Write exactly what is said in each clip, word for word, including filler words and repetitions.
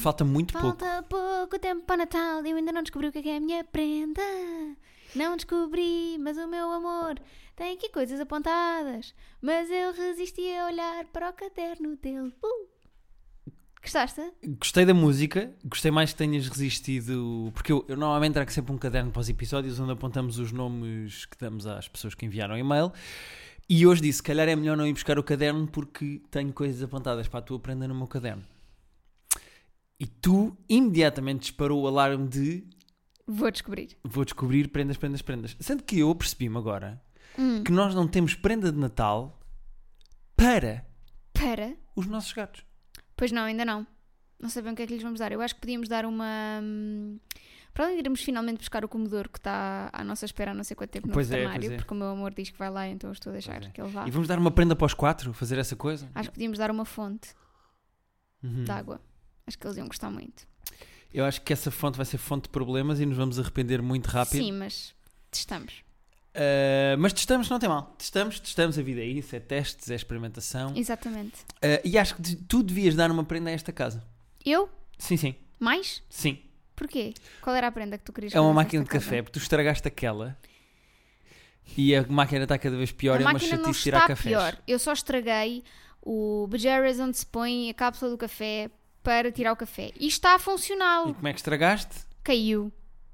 Falta muito pouco. Falta pouco tempo para o Natal e eu ainda não descobri o que é que é a minha prenda. Não descobri, mas o meu amor tem aqui coisas apontadas. Mas eu resisti a olhar para o caderno dele. Uh! Gostaste? Gostei da música, gostei mais que tenhas resistido, porque eu, eu normalmente trago sempre um caderno para os episódios onde apontamos os nomes que damos às pessoas que enviaram e-mail, e hoje disse, se calhar é melhor não ir buscar o caderno porque tenho coisas apontadas para a tua prenda no meu caderno. E tu imediatamente disparou o alarme de... Vou descobrir. Vou descobrir prendas, prendas, prendas. Sendo que eu percebi-me agora Hum. que nós não temos prenda de Natal para Para? os nossos gatos. Pois não, ainda não. Não sei bem o que é que lhes vamos dar. Eu acho que podíamos dar uma... hum, Para além de irmos finalmente buscar o comedor que está à nossa espera há não sei quanto tempo no Pois é, veterinário, pois é. porque o meu amor diz que vai lá, então eu estou a deixar Pois é. que ele vá. E vamos dar uma prenda para os quatro, fazer essa coisa? Acho que podíamos dar uma fonte Uhum. de água. Acho que eles iam gostar muito. Eu acho que essa fonte vai ser fonte de problemas e nos vamos arrepender muito rápido. Sim, mas testamos. Uh, mas testamos, não tem mal. Testamos, testamos, a vida é isso, é testes, é experimentação. Exatamente. Uh, e acho que tu devias dar uma prenda a esta casa. Eu? Sim, sim, Mais? sim. Porquê? Qual era a prenda que tu querias É uma fazer máquina de nesta casa? café, porque tu estragaste aquela e a máquina está cada vez pior. A é uma máquina não chatice tirar está cafés. pior. Eu só estraguei o Bejerras onde se põe a cápsula do café para tirar o café. E está funcional. E como é que estragaste? Caiu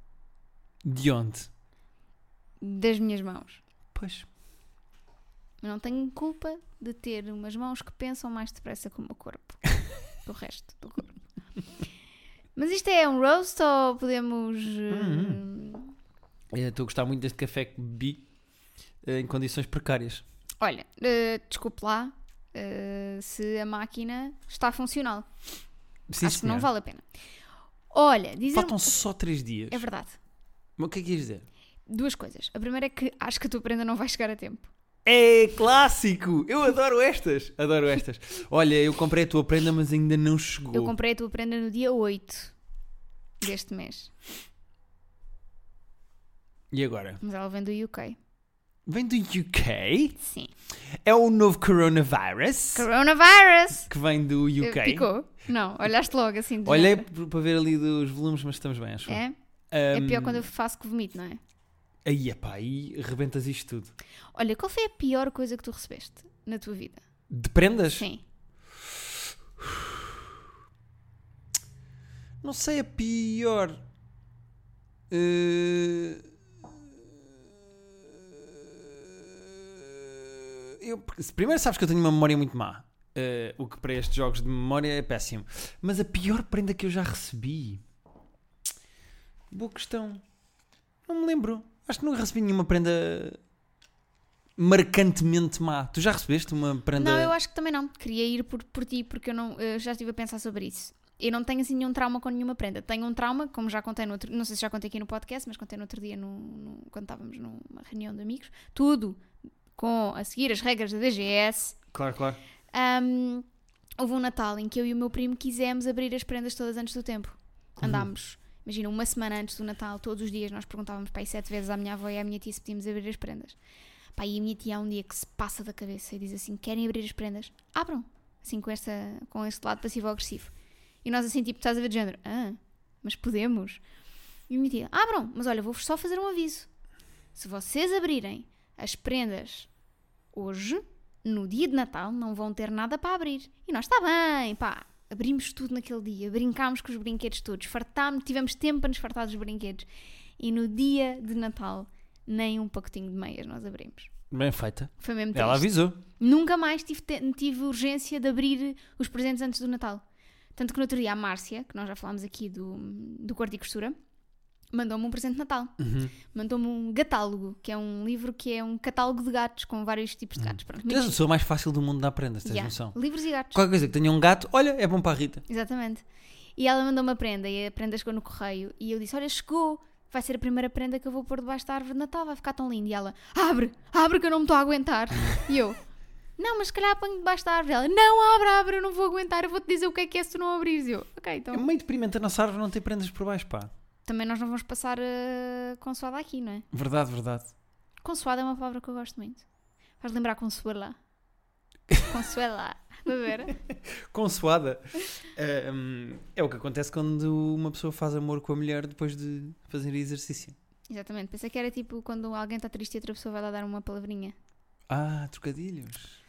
De onde? das minhas mãos. Pois. Eu não tenho culpa de ter umas mãos que pensam mais depressa que o meu corpo. Do resto do corpo. Mas isto é um roast ou podemos... Uhum. Eu Estou a gostar muito deste café que bebi uh, em condições precárias. Olha, uh, desculpe lá uh, se a máquina está funcional. Sim, Acho que não senhor. vale a pena. Olha, dizer... Faltam só três dias. É verdade. Mas o que é que ias dizer? Duas coisas. A primeira é que acho que a tua prenda não vai chegar a tempo. É clássico! Eu adoro estas! Adoro estas. Olha, eu comprei a tua prenda, mas ainda não chegou. Eu comprei a tua prenda no dia oito deste mês. E agora? Mas ela vem do U K. Vem do U K? Sim. É o novo coronavirus Coronavirus! que vem do U K. Picou? Não, olhaste logo assim. de Olhei género. p- para ver ali dos volumes, mas estamos bem, acho. É? Um, É pior quando eu faço que vomito, não é? Aí, epá, aí rebentas isto tudo. Olha, qual foi a pior coisa que tu recebeste na tua vida? De prendas? Sim. Não sei a pior. Uh, Eu, porque- primeiro sabes que eu tenho uma memória muito má. Uh, o que para estes jogos de memória é péssimo. Mas a pior prenda que eu já recebi. Boa questão. Não me lembro. Acho que nunca recebi nenhuma prenda marcantemente má. Tu já recebeste uma prenda? Não, eu acho que também não. Queria ir por, por ti, porque eu, não, eu já estive a pensar sobre isso. Eu não tenho assim nenhum trauma com nenhuma prenda. Tenho um trauma, como já contei no outro... Não sei se já contei aqui no podcast, mas contei no outro dia no, no- quando estávamos numa reunião de amigos. Tudo com a seguir as regras da D G S. Claro, claro. Um, houve um Natal em que eu e o meu primo quisemos abrir as prendas todas antes do tempo. Andámos, imagina, uma semana antes do Natal, todos os dias nós perguntávamos para aí sete vezes à minha avó e à minha tia se podíamos abrir as prendas. Pá, e a minha tia há um dia que se passa da cabeça e diz assim, querem abrir as prendas? Abram! Assim, com, esta, com este lado passivo-agressivo. E nós assim, tipo, estás a ver de género, ah, mas podemos? E a minha tia, abram! Mas olha, vou-vos só fazer um aviso. Se vocês abrirem as prendas hoje, no dia de Natal, não vão ter nada para abrir. E nós, está bem, pá, abrimos tudo naquele dia, brincámos com os brinquedos todos, fartámos, tivemos tempo para nos fartar dos brinquedos. E no dia de Natal, nem um pacotinho de meias nós abrimos. Bem feita. Foi mesmo Ela triste. avisou. Nunca mais tive, te- tive urgência de abrir os presentes antes do Natal. Tanto que no outro dia a Márcia, que nós já falámos aqui do, do Corte e Costura, mandou-me um presente de Natal. Uhum. Mandou-me um gatálogo, que é um livro que é um catálogo de gatos, com vários tipos de gatos. Pronto, Tu és a pessoa mais fácil do mundo dar prendas, tens Yeah, noção? livros e gatos. Qualquer coisa que tenha um gato, olha, é bom para a Rita. Exatamente. E ela mandou uma prenda e a prenda chegou no correio e eu disse, olha, chegou, vai ser a primeira prenda que eu vou pôr debaixo da árvore de Natal, vai ficar tão lindo. E ela, abre, abre que eu não me estou a aguentar. E eu, não, mas se calhar ponho debaixo da árvore. Ela, não, abre, abre, eu não vou aguentar, eu vou-te dizer o que é que é se tu não abrires. E eu, ok, então... É meio deprimente a nossa árvore não ter prendas por baixo, pá. Também nós não vamos passar uh, consoada aqui, não é? Verdade, verdade. Consoada é uma palavra que eu gosto muito. Faz lembrar consola. Consuela. A ver? Consoada. Um, é o que acontece quando uma pessoa faz amor com a mulher depois de fazer exercício. Exatamente. Pensei que era tipo quando alguém está triste e outra pessoa vai lá dar uma palavrinha. Ah, trocadilhos.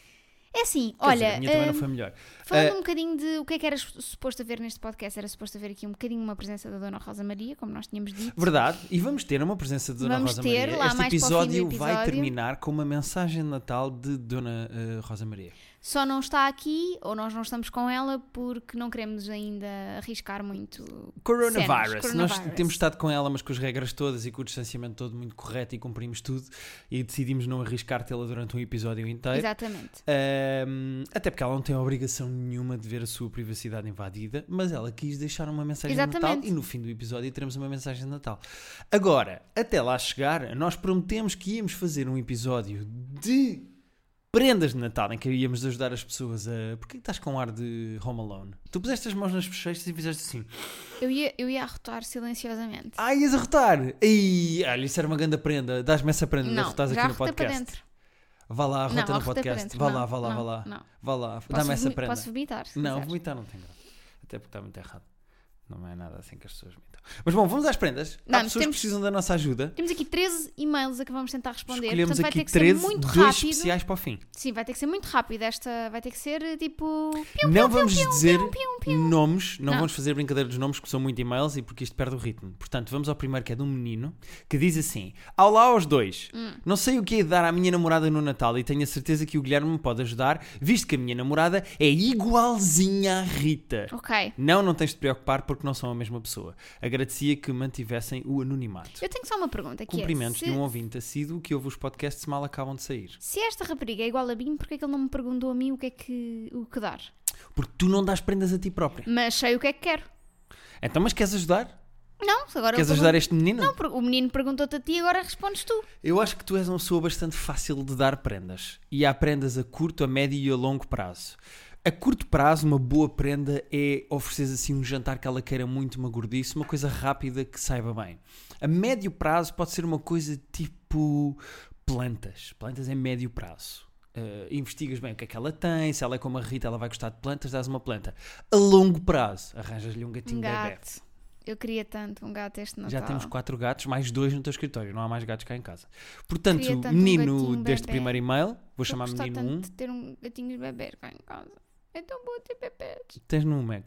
É assim, Quer olha... dizer, a minha também hum, não foi melhor. Falando Uh, um bocadinho de o que é que era suposto haver neste podcast, era suposto haver aqui um bocadinho uma presença da Dona Rosa Maria, como nós tínhamos dito. Verdade, e vamos ter uma presença de Dona Vamos Rosa ter Maria. lá Este mais para o fim do episódio vai episódio. terminar com uma mensagem de Natal de Dona uh, Rosa Maria. Só não está aqui, ou nós não estamos com ela, porque não queremos ainda arriscar muito. Coronavirus. Cenas, Nós coronavirus. temos estado com ela, mas com as regras todas e com o distanciamento todo muito correto e cumprimos tudo e decidimos não arriscar tê-la durante um episódio inteiro. Exatamente. Um, até porque ela não tem obrigação nenhuma de ver a sua privacidade invadida, mas ela quis deixar uma mensagem de Natal Exatamente. e no fim do episódio teremos uma mensagem de Natal. Agora, até lá chegar, nós prometemos que íamos fazer um episódio de prendas de Natal em que íamos ajudar as pessoas a... Porquê que estás com um ar de Home Alone? Tu puseste as mãos nas bochechas e fizeste assim. Eu ia, eu ia arrotar silenciosamente. Ah, ias arrotar! Ei, olha, isso era uma grande prenda. Dás-me essa prenda de não, arrotares já aqui no arrotei para podcast. dentro. Vá lá, arrota Não, no arrotei para podcast. dentro. Vá Não, lá, vá lá, não, vá lá. não. Vá lá, Posso dá-me essa vomi- prenda. Posso vomitar? se Não, quiseres. vomitar não tem graça. Até porque está muito errado. Não é nada assim que as pessoas vomitam. Mas bom, vamos às prendas. Há Vamos, pessoas temos- que precisam da nossa ajuda. Temos aqui treze e-mails a que vamos tentar responder. Escolhemos Portanto, vai aqui ter que ser treze, muito dois rápido. especiais para o fim. Sim, vai ter que ser muito rápido. Esta vai ter que ser tipo. Não vamos dizer pium, pium. nomes, não, Não. vamos fazer brincadeira dos nomes, que são muito e-mails e porque isto perde o ritmo. Portanto, vamos ao primeiro, que é de um menino, que diz assim: Olá aos dois. Hum. Não sei o que é dar à minha namorada no Natal e tenho a certeza que o Guilherme me pode ajudar, visto que a minha namorada é igualzinha à Rita. Ok. Não, não tens de te preocupar porque não são a mesma pessoa. Agradecia que mantivessem o anonimato. Eu tenho só uma pergunta que Cumprimentos é: de se, um ouvinte assíduo que ouve os podcasts mal acabam de sair. se esta rapariga é igual a mim, porque é que ele não me perguntou a mim o que é que, o que dar? Porque tu não dás prendas a ti própria. Mas sei o que é que quero. Então, mas queres ajudar? Não, se agora Queres eu ajudar pergunto- este menino? Não, porque o menino perguntou-te a ti e agora respondes tu. Eu acho que tu és uma pessoa bastante fácil de dar prendas. E há prendas a curto, a médio e a longo prazo. A curto prazo, uma boa prenda é oferecer assim um jantar que ela queira muito, uma gordice, uma coisa rápida que saiba bem. A médio prazo pode ser uma coisa tipo plantas. Plantas é médio prazo. Uh, investigas bem o que é que ela tem, se ela é como a Rita, ela vai gostar de plantas, dás uma planta. A longo prazo, arranjas-lhe um gatinho Um bebé. gato. Eu queria tanto um gato este Natal. Já temos quatro gatos, mais dois no teu escritório. Não há mais gatos cá em casa. Portanto, Queria tanto um menino gatinho deste bebé. primeiro e-mail, vou Eu chamar gostava menino tanto um. de ter um gatinho bebê cá em casa. É tão bom ter bebês. Tens no Mega.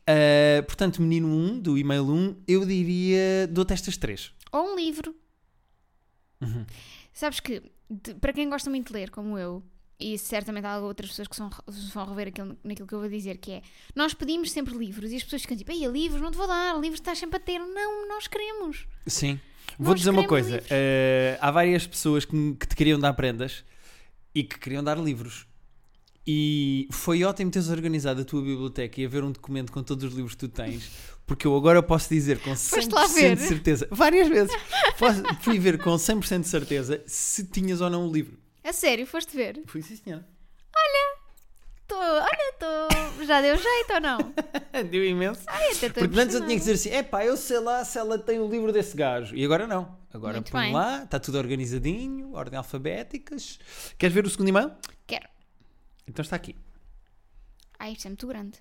Uh, portanto, menino um, do e-mail um, eu diria, dou-te estas três. Ou um livro. Uhum. Sabes que, de- para quem gosta muito de ler, como eu, e certamente há outras pessoas que são, vão rever aquilo, naquilo que eu vou dizer, que é, nós pedimos sempre livros e as pessoas ficam tipo, ei, livros, não te vou dar, livros estás sempre a ter. Não, nós queremos. Sim. Vou Nós dizer uma queremos coisa. livros. Uh, há várias pessoas que, que te queriam dar prendas e que queriam dar livros. E foi ótimo teres organizado a tua biblioteca e haver um documento com todos os livros que tu tens, porque eu agora posso dizer com cem Foste por lá ver? cento de certeza, várias vezes, posso, fui ver com cem por cento de certeza se tinhas ou não o livro. A sério, foste ver? Fui sim, senhora. Tô, olha, tô, já deu jeito ou não? Deu imenso. Ai, até tô Porque antes eu tinha que impressionada. dizer assim, epá, eu sei lá se ela tem o livro desse gajo. E agora não. Agora Muito põe bem. lá, está tudo organizadinho, ordem alfabéticas. Queres ver o segundo e-mail? Quero. Então está aqui. Ai, isto é muito grande.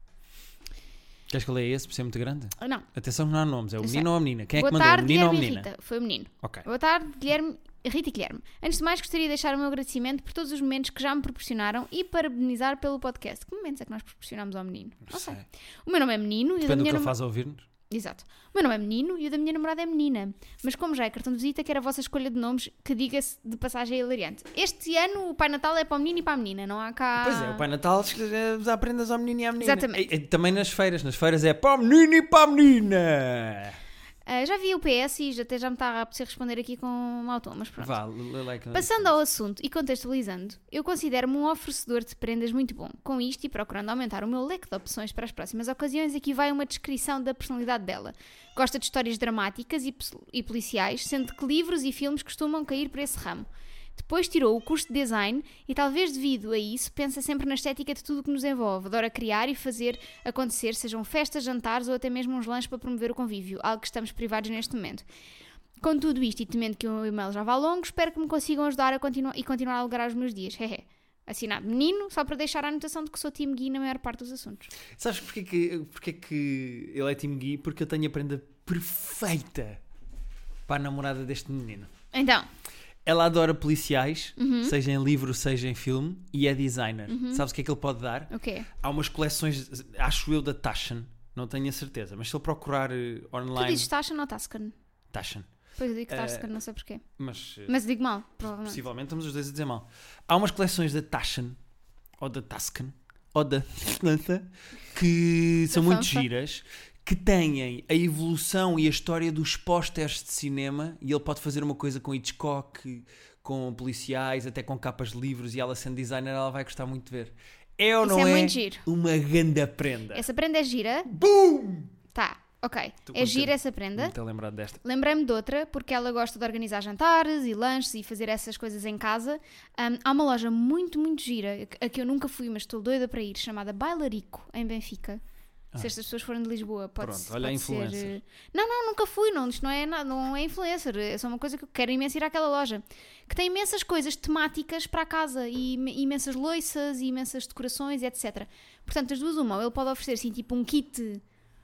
Queres que eu leia esse por ser muito grande? Ah, não. Atenção que não há nomes, é o Eu menino sei. ou a menina. Quem é Boa que mandou? tarde, o menino ou a Guilherme e menina? Rita. Foi o menino. Ok. Boa tarde, Guilherme, Rita e Guilherme. Antes de mais, gostaria de deixar o meu agradecimento por todos os momentos que já me proporcionaram e parabenizar pelo podcast. Que momentos é que nós proporcionamos ao menino? Não sei. O meu nome é Menino e o da Depende do que minha ele namorada... faz a ouvir-nos. Exato. O meu nome é Menino e o da minha namorada é Menina. Mas como já é cartão de visita, quero a vossa escolha de nomes, que diga-se de passagem é hilariante. Este ano o Pai Natal é para o menino e para a menina, não há cá... Pois é, o Pai Natal dá prendas ao menino e à menina. Exatamente. E, e, também nas feiras. Nas feiras é para o menino e para a menina. Ah, já vi o P S e já- até já me está a apetecer responder aqui com um autom, mas pronto. Vá, lê lá aquilo. Passando ao assunto e contextualizando, eu considero-me um oferecedor de prendas muito bom. Com isto e procurando aumentar o meu leque de opções para as próximas ocasiões, aqui vai uma descrição da personalidade dela. Gosta de histórias dramáticas e, pos- e policiais, sendo que livros e filmes costumam cair para esse ramo. Depois tirou o curso de design e, talvez devido a isso, pensa sempre na estética de tudo o que nos envolve. Adora criar e fazer acontecer, sejam festas, jantares ou até mesmo uns lanches para promover o convívio, algo que estamos privados neste momento. Com tudo isto e temendo que o e-mail já vá longo, espero que me consigam ajudar a continuar e continuar a alegrar os meus dias. Hehe. Assinado menino, só para deixar a anotação de que sou time Gui na maior parte dos assuntos. Sabes porque que, porque que ele é time Gui? Porque eu tenho a prenda perfeita para a namorada deste menino. Então, Ela adora policiais, Uhum. seja em livro, seja em filme, e é designer. Uhum. Sabes o que é que ele pode dar? o quê? Há umas coleções, acho eu, da Taschen, não tenho a certeza, mas se ele procurar eh, Tu online... dizes Tascan ou Tascan? Taschen. Pois eu digo Eh, Tascan, não sei porquê. Mas, eh, Mas digo mal, provavelmente. possivelmente estamos os dois a dizer mal. Há umas coleções da Taschen, ou da Tasken, ou da França, que são muito França. giras, que têm a evolução e a história dos pósteres de cinema, e ele pode fazer uma coisa com Hitchcock, com policiais, até com capas de livros, e ela sendo designer, ela vai gostar muito de ver. É ou Isso não é é, muito giro. uma grande prenda? Essa prenda é gira? Boom! Tá, ok. Estou É contente. gira essa prenda. Não estou a lembrar desta. Lembrei-me de outra, porque ela gosta de organizar jantares e lanches e fazer essas coisas em casa. Um, há uma loja muito, muito gira, a que eu nunca fui, mas estou doida para ir, chamada Bailarico, em Benfica. Se estas pessoas forem de Lisboa, pode, Pronto, olha a pode ser... influencer. eh, Não, não, nunca fui, não, isto não é, nada- não é influencer, é só uma coisa que eu quero imenso ir àquela loja. Que tem imensas coisas temáticas para a casa, e im- imensas loiças, e imensas decorações, etcétera. Portanto, as duas uma, ou ele pode oferecer assim, tipo um kit...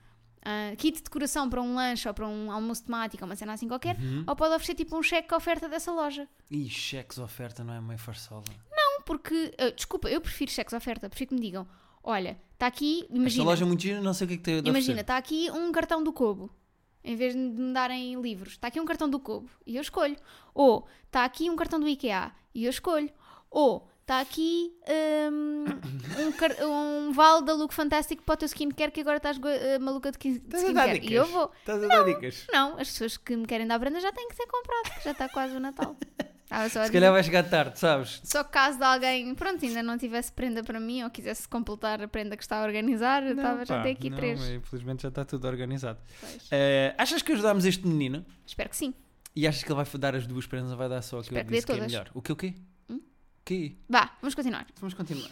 ah, kit de decoração para um lanche ou para um almoço temático, uma cena assim qualquer, Uhum. ou pode oferecer tipo um cheque oferta dessa loja. Ih, cheques oferta não é meio farsola. Não, porque, ah, desculpa, eu prefiro cheques oferta, prefiro que me digam, olha, está aqui, Esta imagina, loja é muito gira, não sei o que é que tem a imagina, oferecer. está aqui um cartão do Kobo, em vez de me darem livros, está aqui um cartão do Kobo e eu escolho. Ou está aqui um cartão do IKEA e eu escolho. Ou está aqui hum, um, car- um vale da Look Fantastic para o teu skincare que agora estás go- eh, maluca de skin- de Estás a dar skincare. dicas? E eu vou. Estás a dar dicas? Não, as pessoas que me querem dar prenda já têm que ser compradas, já está quase o Natal. Estava só a Se dizer. calhar vai chegar tarde, sabes? Só caso de alguém, pronto, ainda não tivesse prenda para mim ou quisesse completar a prenda que está a organizar, eu estava já pá, tem aqui não, três. Infelizmente já está tudo organizado. Pois. Eh, achas que ajudámos este menino? Espero que sim. E achas que ele vai dar as duas prendas ou vai dar só aquilo Espero que que dê disse que é todas. melhor? O que o quê? Hum? O quê? Vá, vamos continuar. Vamos continuar.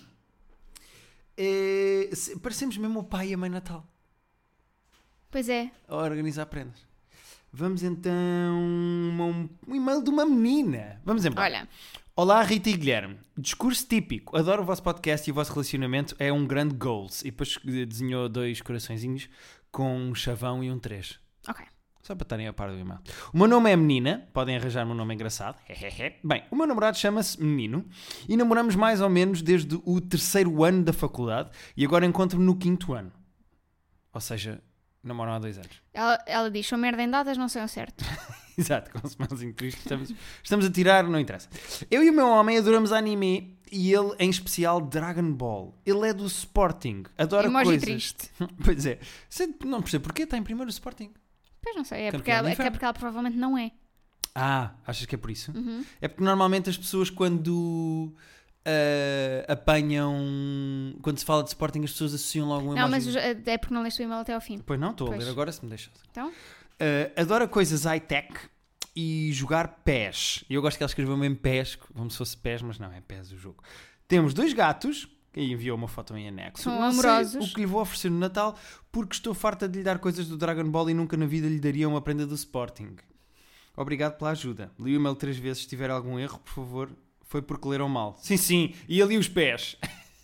Eh, se- parecemos mesmo o pai e a mãe Natal Pois é. a organizar prendas. Vamos então a um, um e-mail de uma menina. Vamos embora. Olha, Olá, Rita e Guilherme. Discurso típico. Adoro o vosso podcast e o vosso relacionamento é um grande goals. E depois desenhou dois coraçõezinhos com um chavão e um três. ok. Só para estarem a par do e-mail. O meu nome é Menina. Podem arranjar-me um nome engraçado. Bem, o meu namorado chama-se Menino e namoramos mais ou menos desde o terceiro ano da faculdade e agora encontro-me no quinto ano. Ou seja, namoram há dois anos. Ela, ela diz: sou merda em datas, não sei ao certo. Exato, com um smellzinho triste. Estamos, estamos a tirar, não interessa. Eu e o meu homem adoramos anime e ele, em especial, Dragon Ball. Ele é do Sporting. Adora Emoji coisas. triste. Pois é. Sei- Não percebo porquê está em primeiro o Sporting. Pois não sei, é porque, Campeão ela, do é que é inferno. porque ela provavelmente não é. Ah, achas que é por isso? Uhum. É porque normalmente as pessoas quando ah, apanham... Quando se fala de Sporting as pessoas associam logo um Não, mas emoji. já- é porque não leste o e-mail até ao fim. Pois não, estou a Pois. ler agora se me deixas. Então, Uh, adora coisas high-tech e jogar pés. Eu gosto que ela escreveu mesmo pés, como se fosse pés, mas não, é pés o jogo. Temos dois gatos, e enviou uma foto em anexo. São Não sei amorosos. o que lhe vou oferecer no Natal, porque estou farta de lhe dar coisas do Dragon Ball e nunca na vida lhe daria uma prenda do Sporting. Obrigado pela ajuda. Li o e-mail três vezes, se tiver algum erro, por favor, foi porque leram mal. Sim, sim, e ali os pés.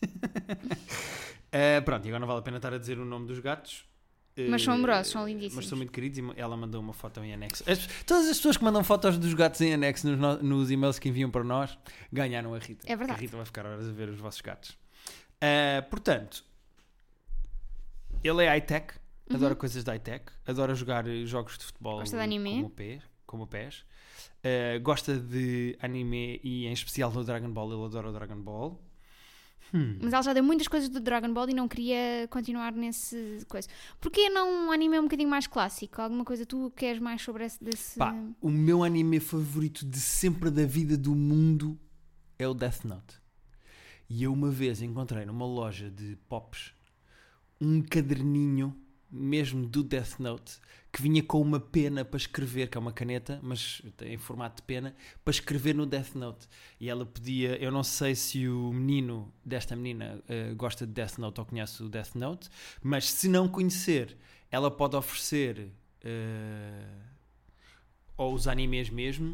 Uh, pronto, e agora não vale a pena estar a dizer o nome dos gatos. Mas são Uh, amorosos, são lindíssimos. Mas são muito queridos e ela mandou uma foto em anexo. As- todas as pessoas que mandam fotos dos gatos em anexo nos, no- nos e-mails que enviam para nós ganharam a Rita. É verdade. A Rita vai ficar horas a ver os vossos gatos. Uh, portanto, ele é high-tech, adora coisas de high-tech, adora jogar eh, jogos de futebol Gosta de anime. como o pés. Como o pés. Uh, gosta de anime e em especial do Dragon Ball. Ele adora o Dragon Ball. Hum. mas ela já deu muitas coisas do Dragon Ball e não queria continuar nesse coisa. Porquê não um anime um bocadinho mais clássico? Alguma coisa tu queres mais sobre esse desse... Pá, o meu anime favorito de sempre da vida do mundo é o Death Note. E eu uma vez encontrei numa loja de pops um caderninho mesmo do Death Note que vinha com uma pena para escrever, que é uma caneta, mas em formato de pena, para escrever no Death Note. E ela podia, eu não sei se o menino desta menina uh, gosta de Death Note ou conhece o Death Note, mas se não conhecer, ela pode oferecer uh, ou os animes mesmo,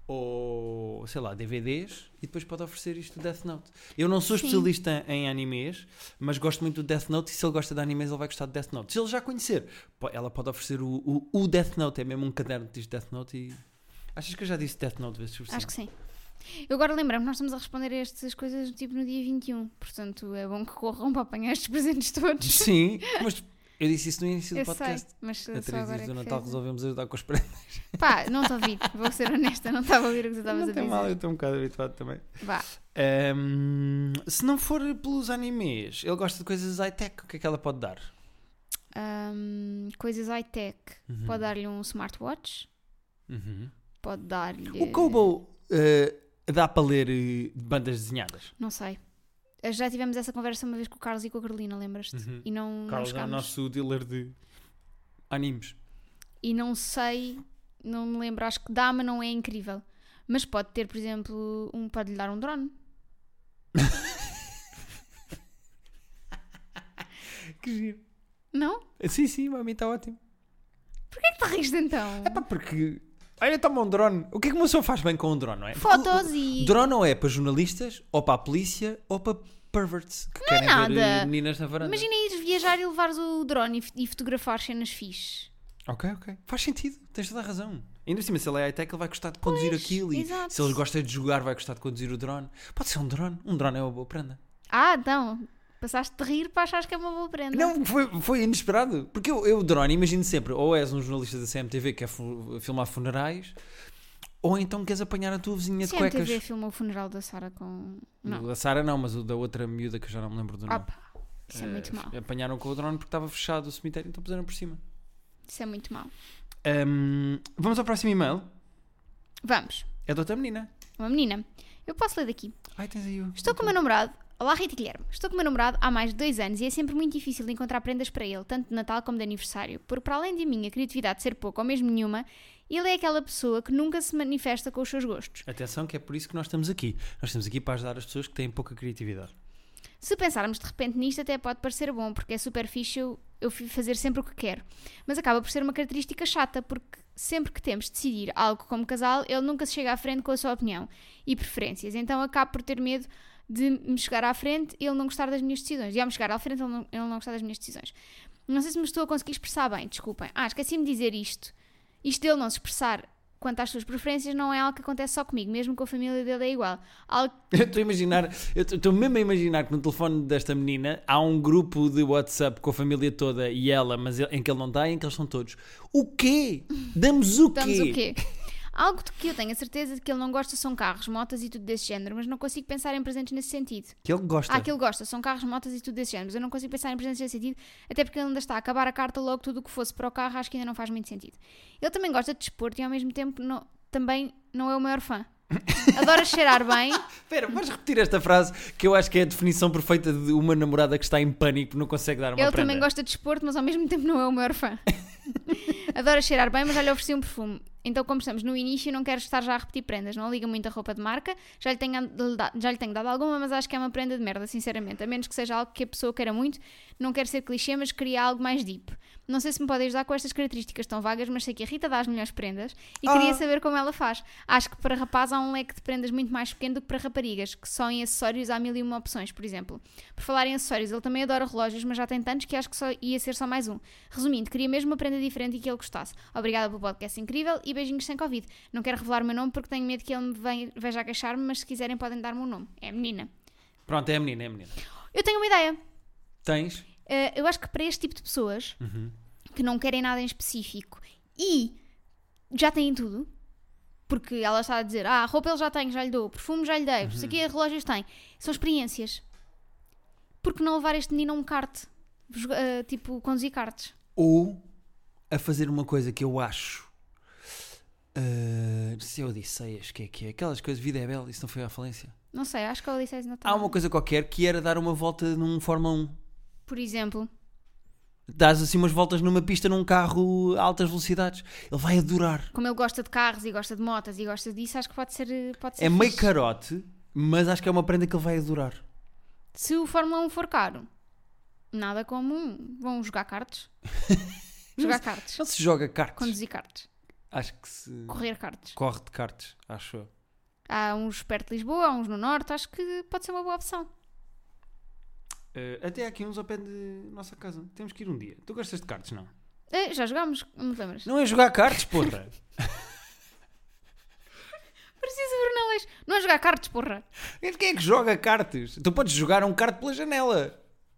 ou, sei lá, D V Ds, e depois pode oferecer isto do Death Note. Eu não sou Sim. especialista em animes, mas gosto muito do Death Note, e se ele gosta de animes, ele vai gostar de Death Note. Se ele já conhecer, po- ela pode oferecer o, o, o Death Note, é mesmo um caderno que diz Death Note, e... Achas que eu já disse Death Note vezes suficiente? Acho que sim. Eu agora lembro-me, nós estamos a responder a estas coisas tipo no dia vinte e um, portanto é bom que corram para apanhar estes presentes todos. Sim, mas eu disse isso no início do Eu podcast. sei, mas A só três agora dias é do que Natal fez. resolvemos ajudar com as prendas. Pá, não te ouvi, vou ser honesta, não estava a ouvir o que tu estavas a Não tem dizer. mal, eu estou um bocado habituado também. Vá. Ahm, se não for pelos animes, ele gosta de coisas high-tech, o que é que ela pode dar? Ahm, coisas high-tech. Uhum. Pode dar-lhe um smartwatch, Uhum. pode dar-lhe... O Kobo eh, dá para ler eh, bandas desenhadas? Não sei. Já tivemos essa conversa uma vez com o Carlos e com a Carolina, lembras-te? Uhum. E não, não Carlos é o chegámos. nosso dealer de animes. E não sei, não me lembro, acho que dá, mas não é incrível. Mas pode ter, por exemplo, um, pode-lhe dar um drone. Que giro. Não? Sim, sim, para mim está ótimo. Porquê que te riste então? É pá, porque... Olha, toma um drone. O que é que uma pessoa faz bem com um drone, não é? Fotos O- e... o drone ou é para jornalistas, ou para a polícia, ou para perverts que querem ver nada. eh, meninas na varanda. Imagina ires viajar e levares o drone e, f- e fotografar cenas fixes. Ok, ok. Faz sentido. Tens toda a razão. Ainda por cima, se ele é high-tech, ele vai gostar de conduzir Pois, aquilo. E exato. se ele gosta de jogar, vai gostar de conduzir o drone. Pode ser um drone. Um drone é uma boa prenda. Ah, então, passaste de rir para achares que é uma boa prenda. Não, foi, foi inesperado. Porque eu, eu o drone, imagino sempre, ou és um jornalista da C M T V que é fu- filmar funerais, ou então queres apanhar a tua vizinha de C M T V cuecas. filmou o funeral da Sara com... Não. O da Sara não, mas o da outra miúda que eu já não me lembro do Ah nome. pá, isso é muito Eh, mau. Apanharam com o drone porque estava fechado o cemitério, então puseram por cima. Isso é muito mau. Ahm, vamos ao próximo e-mail. Vamos. É da outra menina. Uma menina. Eu posso ler daqui. Ai, tens aí o... Estou com o meu namorado. Olá, Rita e Guilherme. Estou com o meu namorado há mais de dois anos e é sempre muito difícil de encontrar prendas para ele, tanto de Natal como de aniversário, porque para além de a minha criatividade ser pouca ou mesmo nenhuma, ele é aquela pessoa que nunca se manifesta com os seus gostos. Atenção, que é por isso que nós estamos aqui. Nós estamos aqui para ajudar as pessoas que têm pouca criatividade. Se pensarmos de repente nisto, até pode parecer bom, porque é super fixe eu, eu fi- fazer sempre o que quero. Mas acaba por ser uma característica chata, porque sempre que temos de decidir algo como casal, ele nunca se chega à frente com a sua opinião e preferências. Então acabo por ter medo de me chegar à frente e ele não gostar das minhas decisões. E ao me chegar à frente, ele não, ele não gostar das minhas decisões. Não sei se me estou a conseguir expressar bem, desculpem. Ah, esqueci-me de dizer isto. Isto dele não se expressar quanto às suas preferências não é algo que acontece só comigo, mesmo com a família dele é igual. Algo Eu estou a imaginar, eu estou mesmo a imaginar que no telefone desta menina há um grupo de WhatsApp com a família toda e ela, mas ele- em que ele não está e em que eles são todos. O quê? Damos o quê? Damos o quê? Algo de que eu tenho a certeza de que ele não gosta são carros, motas e tudo desse género, mas não consigo pensar em presentes nesse sentido. Que ele gosta. Ah, que ele gosta, são carros, motas e tudo desse género, mas eu não consigo pensar em presentes nesse sentido, até porque ele ainda está a acabar a carta logo tudo o que fosse para o carro, acho que ainda não faz muito sentido. Ele também gosta de desporto e ao mesmo tempo não- também não é o maior fã. Adora cheirar bem. Espera, vais repetir esta frase que eu acho que é a definição perfeita de uma namorada que está em pânico porque não consegue dar uma Ele prenda. também gosta de desporto, mas ao mesmo tempo não é o maior fã. Adora cheirar bem, mas já lhe ofereci um perfume. Então, como estamos no início, não quero estar já a repetir prendas. Não liga muito a roupa de marca. Já lhe, tenho, já lhe tenho dado alguma, mas acho que é uma prenda de merda, sinceramente. A menos que seja algo que a pessoa queira muito. Não quero ser clichê, mas queria algo mais deep. Não sei se me pode ajudar com estas características tão vagas, mas sei que a Rita dá as melhores prendas e Ah. queria saber como ela faz. Acho que para rapaz há um leque de prendas muito mais pequeno do que para raparigas, que só em acessórios há mil e uma opções, por exemplo. Por falar em acessórios, ele também adora relógios, mas já tem tantos que acho que só ia ser só mais um. Resumindo, queria mesmo uma prenda diferente e que ele gostasse. Obrigada pelo podcast incrível e beijinhos sem Covid. Não quero revelar o meu nome porque tenho medo que ele me venha- veja a queixar-me, mas se quiserem podem dar-me um nome. É a menina. Pronto, é a menina, é a menina. Eu tenho uma ideia. Tens? Uh, eu acho que para este tipo de pessoas Uhum. que não querem nada em específico e já têm tudo, porque ela está a dizer, ah, a roupa ele já tem, já lhe dou, perfume já lhe dei, isso aqui relógios tem, são experiências. Por que não levar este menino a um kart? Joga- uh, tipo, conduzir karts. Ou a fazer uma coisa que eu acho. Uh, se eu Odisseias, que é que é? Aquelas coisas, vida é bela, isso não foi à falência. Não sei, acho que a Odisseia não está. Há uma coisa qualquer que era dar uma volta num Fórmula um. Por exemplo, Dás assim umas voltas numa pista num carro a altas velocidades. Ele vai adorar. como ele gosta de carros e gosta de motas e gosta disso, acho que pode ser, pode ser É meio fixe. carote, mas acho que é uma prenda que ele vai adorar. Se o Fórmula um for caro, nada como um. Vão jogar karts. Jogar karts. Não se joga karts. Conduzir karts. Acho que se... Correr karts. Corre de karts, acho eu. Há uns perto de Lisboa, há uns no norte, acho que pode ser uma boa opção. Uh, até há aqui uns ao pé de nossa casa. Temos que ir um dia. Tu gostas de karts, não? É, já jogámos, não me lembras? Não é jogar karts, porra! Preciso Bruno Aleixo. Não é jogar karts, porra! Quem é que joga karts? Tu podes jogar um kart pela janela.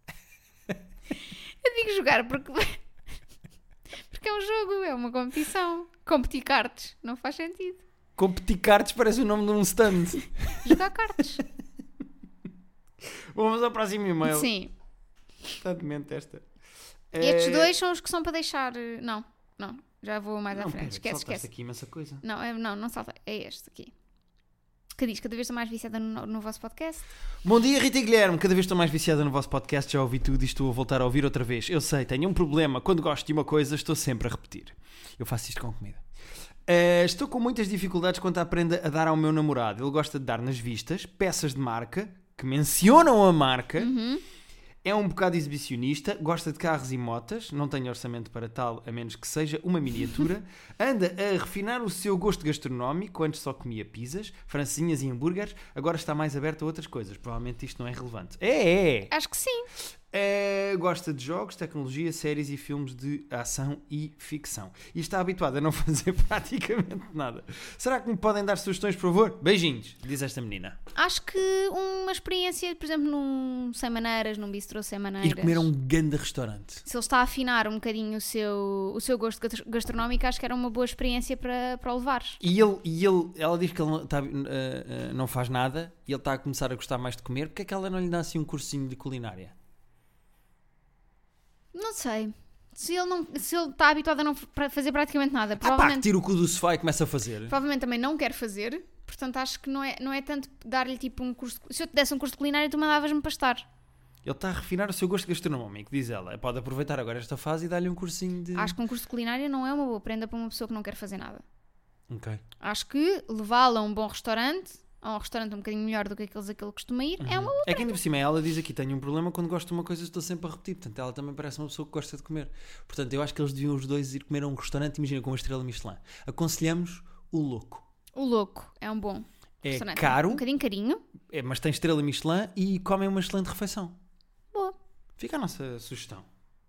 Eu digo jogar porque... porque é um jogo, é uma competição. Competir karts, não faz sentido. Competir karts parece o nome de um stand. Jogar karts. Vamos ao próximo e-mail. Sim. Está demente esta. Estes É... dois são os que são para deixar... Não, não. Já vou mais não, à frente. pera, Esquece, saltaste esquece. aqui imensa coisa. Não, é, não, não salta. É este aqui. Que diz, cada vez estou mais viciada no, no vosso podcast. Bom dia, Rita e Guilherme. Cada vez estou mais viciada no vosso podcast. Já ouvi tudo e estou a voltar a ouvir outra vez. Eu sei, tenho um problema. Quando gosto de uma coisa, estou sempre a repetir. Eu faço isto com comida. Uh, estou com muitas dificuldades quanto à prenda a dar ao meu namorado. Ele gosta de dar nas vistas, peças de marca, que mencionam a marca. Uhum. É um bocado exibicionista, gosta de carros e motas, não tem orçamento para tal, a menos que seja uma miniatura. Anda a refinar o seu gosto gastronómico, antes só comia pizzas, francesinhas e hambúrgueres, agora está mais aberto a outras coisas. Provavelmente isto não é relevante. É, é! Acho que sim. É, gosta de jogos, tecnologia, séries e filmes de ação e ficção. E está habituado a não fazer praticamente nada. Será que me podem dar sugestões, por favor? Beijinhos, diz esta menina. Acho que uma experiência, por exemplo, num Sem Maneiras, num bistrô Sem Maneiras. Ir comer a um grande restaurante. Se ele está a afinar um bocadinho o seu, o seu gosto gastronómico, acho que era uma boa experiência para, para o levares. E ele, e ele, ela diz que ele não, está, uh, uh, não faz nada e ele está a começar a gostar mais de comer. Porque é que ela não lhe dá assim um cursinho de culinária? Não sei. Se ele, não, se ele está habituado a não fazer praticamente nada, Ah pá, provavelmente, que tira o cu do sofá e começa a fazer. provavelmente também não quer fazer. Portanto, acho que não é, não é tanto dar-lhe tipo um curso. Se eu te desse um curso de culinária, tu mandavas-me para estar. Ele está a refinar o seu gosto gastronómico, diz ela. Pode aproveitar agora esta fase e dar-lhe um cursinho de... Acho que um curso de culinária não é uma boa prenda para uma pessoa que não quer fazer nada. Ok. Acho que levá-la a um bom restaurante, a um restaurante um bocadinho melhor do que aqueles a que ele costuma ir, Uhum. é uma boa. É que ainda por cima ela diz aqui, tenho um problema quando gosto de uma coisa estou sempre a repetir. Portanto, ela também parece uma pessoa que gosta de comer. Portanto, eu acho que eles deviam os dois ir comer a um restaurante, imagina, com uma estrela Michelin. Aconselhamos o Louco. O Louco é um bom É restaurante. caro, Um bocadinho carinho. é, mas tem estrela Michelin e comem uma excelente refeição. Boa. Fica a nossa sugestão.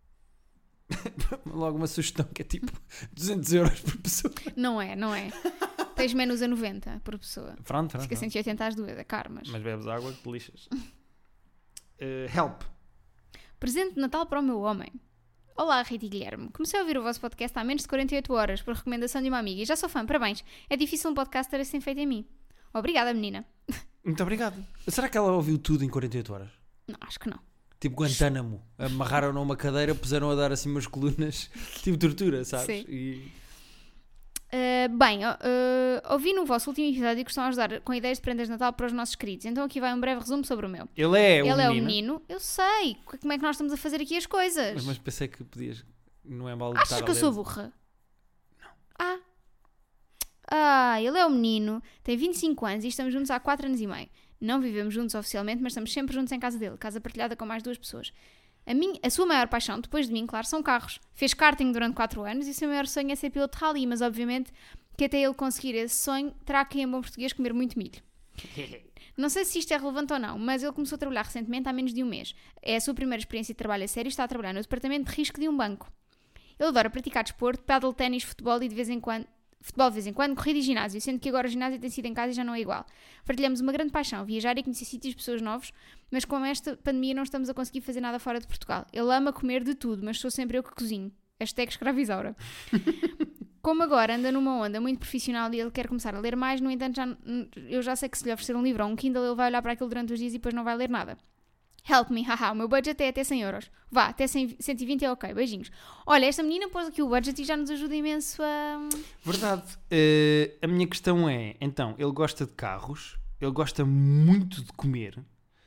Logo uma sugestão que é tipo duzentos euros por pessoa. Não é, não é. Tens menos a noventa por pessoa. Pronto, pronto. Fica cento e oitenta às duas, é caro, mas... Mas bebes água que te lixas. Uh, help. Presente de Natal para o meu homem. Olá, Rita e Guilherme. Comecei a ouvir o vosso podcast há menos de quarenta e oito horas por recomendação de uma amiga e já sou fã, parabéns. É difícil um podcast ter assim feito em mim. Obrigada, menina. Muito obrigado. Será que ela ouviu tudo em quarenta e oito horas? Não, acho que não. Tipo Guantánamo. Amarraram-na a uma cadeira, puseram a dar assim umas colunas, tipo tortura, sabes? Sim. E... Uh, bem, uh, uh, ouvi no vosso último episódio que estão a ajudar com ideias de prendas de Natal para os nossos queridos. Então aqui vai um breve resumo sobre o meu. Ele é o Ele menino. é o menino. Eu sei. Como é que nós estamos a fazer aqui as coisas? Mas, mas pensei que podias... Não é mal de Achas estar que a eu ler. sou burra? Não. Ah. Ah, ele é o menino. Tem vinte e cinco anos e estamos juntos há quatro anos e meio. Não vivemos juntos oficialmente, mas estamos sempre juntos em casa dele. Casa partilhada com mais duas pessoas. A, minha, a sua maior paixão, depois de mim, claro, são carros. Fez karting durante quatro anos e o seu maior sonho é ser piloto de rally, mas obviamente que até ele conseguir esse sonho, terá que, em bom português, comer muito milho. Não sei se isto é relevante ou não, mas ele começou a trabalhar recentemente, há menos de um mês. É a sua primeira experiência de trabalho a sério e está a trabalhar no departamento de risco de um banco. Ele adora praticar desporto, paddle, ténis, futebol e de vez em quando... Futebol de vez em quando, corrida e ginásio, sendo que agora o ginásio tem sido em casa e já não é igual. Partilhamos uma grande paixão, viajar e conhecer sítios e pessoas novos, mas com esta pandemia não estamos a conseguir fazer nada fora de Portugal. Ele ama comer de tudo, mas sou sempre eu que cozinho. Hashtag escravizaura. Como agora anda numa onda muito profissional e ele quer começar a ler mais, no entanto já, eu já sei que se lhe oferecer um livro ou um Kindle ele vai olhar para aquilo durante os dias e depois não vai ler nada. Help me, haha, o meu budget é até cem euros. Vá, até cento e vinte é ok, beijinhos. Olha, esta menina pôs aqui o budget e já nos ajuda imenso a... Verdade. Uh, a minha questão é, então, ele gosta de carros, ele gosta muito de comer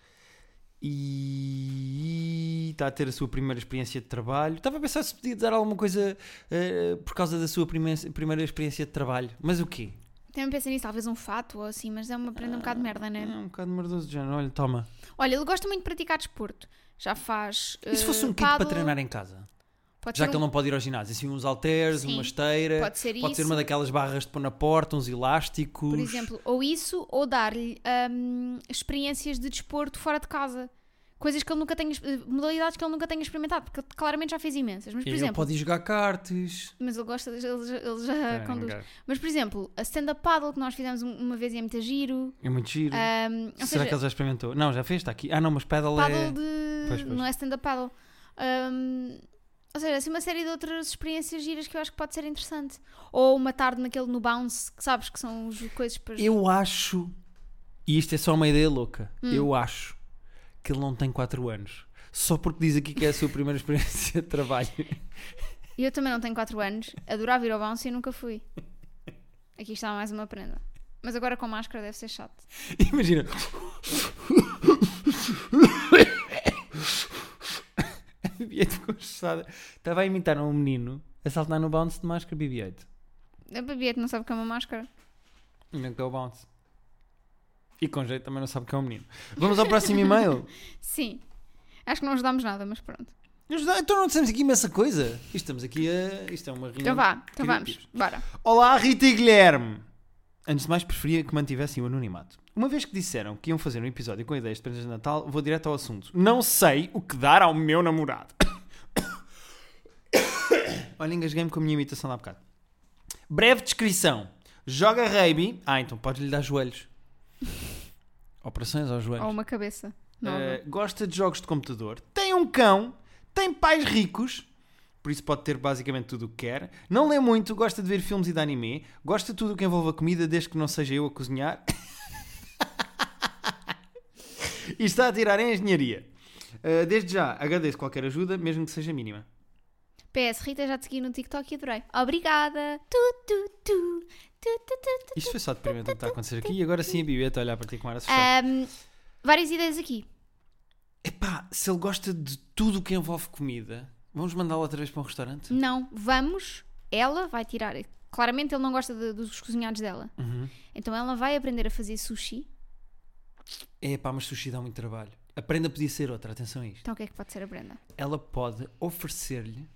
e está a ter a sua primeira experiência de trabalho. Estava a pensar se podia dar alguma coisa uh, por causa da sua primeira, primeira experiência de trabalho. Mas o quê? Também pensei nisso, talvez um fato ou assim, mas é uma prenda um bocado de merda, não é? É um bocado merdoso de género. Olha, toma. Olha, ele gosta muito de praticar desporto. Já faz. E se fosse um uh, kit para paddle, treinar em casa? Pode Já ser que um- ele não pode ir ao ginásio, assim uns halteres, Sim, uma esteira, pode ser pode ser isso. uma daquelas barras de pôr na porta, uns elásticos. Por exemplo, ou isso, ou dar-lhe hum, experiências de desporto fora de casa. Coisas que ele nunca tenha, modalidades que ele nunca tenha experimentado, porque ele claramente já fez imensas. Mas, por E ele exemplo, pode ir jogar cartas. mas ele gosta, de- ele, já- ele já É, conduz. não quero. Mas, por exemplo, a stand-up paddle que nós fizemos um- uma vez e é muito giro. É muito giro. Hum, ou Será seja, que ele já experimentou? Não, já fez, está aqui. Ah não, mas pedal paddle é... de... Pois, pois. Não é stand-up paddle. Hum, ou seja, assim uma série de outras experiências giras que eu acho que pode ser interessante. Ou uma tarde naquele no bounce, que sabes que são os coisas para... Eu acho, e isto é só uma ideia louca, Hum. eu acho que ele não tem quatro anos. Só porque diz aqui que é a sua primeira experiência de trabalho. E eu também não tenho quatro anos, adorava ir ao bounce e nunca fui. Aqui está mais uma prenda. Mas agora com máscara deve ser chato. Imagina. A B B oito ficou assustada. Estava a imitar um menino a saltar no bounce de máscara B B oito. A Babiette não sabe o que é uma máscara. Não que é o bounce. E com jeito também não sabe que é um menino. Vamos ao próximo e-mail. Sim. Acho que não ajudámos nada, mas pronto. Então não dissemos aqui imensa coisa. Isto estamos aqui a... Isto é uma reunião. Então vá, então vamos. criativos. Bora. Olá, Rita e Guilherme. Antes de mais, preferia que mantivessem o anonimato. Uma vez que disseram que iam fazer um episódio com ideias de prendas de Natal, vou direto ao assunto. Não sei o que dar ao meu namorado. Olha, engasguei-me com a minha imitação de há bocado. Breve descrição. Joga rugby. Ah, então podes-lhe dar joelhos. Operações aos joelhos. Ou uma cabeça nova. Uh, gosta de jogos de computador. Tem um cão. Tem pais ricos. Por isso pode ter basicamente tudo o que quer. Não lê muito. Gosta de ver filmes e de anime. Gosta de tudo o que envolva comida, desde que não seja eu a cozinhar. E está a tirar em engenharia. Uh, desde já, agradeço qualquer ajuda, mesmo que seja mínima. P S, Rita, já te segui no TikTok e adorei. Obrigada. Tu, tu, tu. Tu, tu, tu, tu. Isto foi só de primeiro que está a acontecer aqui. E agora sim a Bibi está a olhar para ti com ar assustado. Um, várias ideias aqui. Epá, se ele gosta de tudo o que envolve comida, vamos mandá-lo outra vez para um restaurante? Não, vamos. Ela vai tirar. Claramente ele não gosta de- dos cozinhados dela. Uhum. Então ela vai aprender a fazer sushi. Epá, mas sushi dá muito trabalho. A prenda podia ser outra, atenção a isto. Então o que é que pode ser a Brenda? Ela pode oferecer-lhe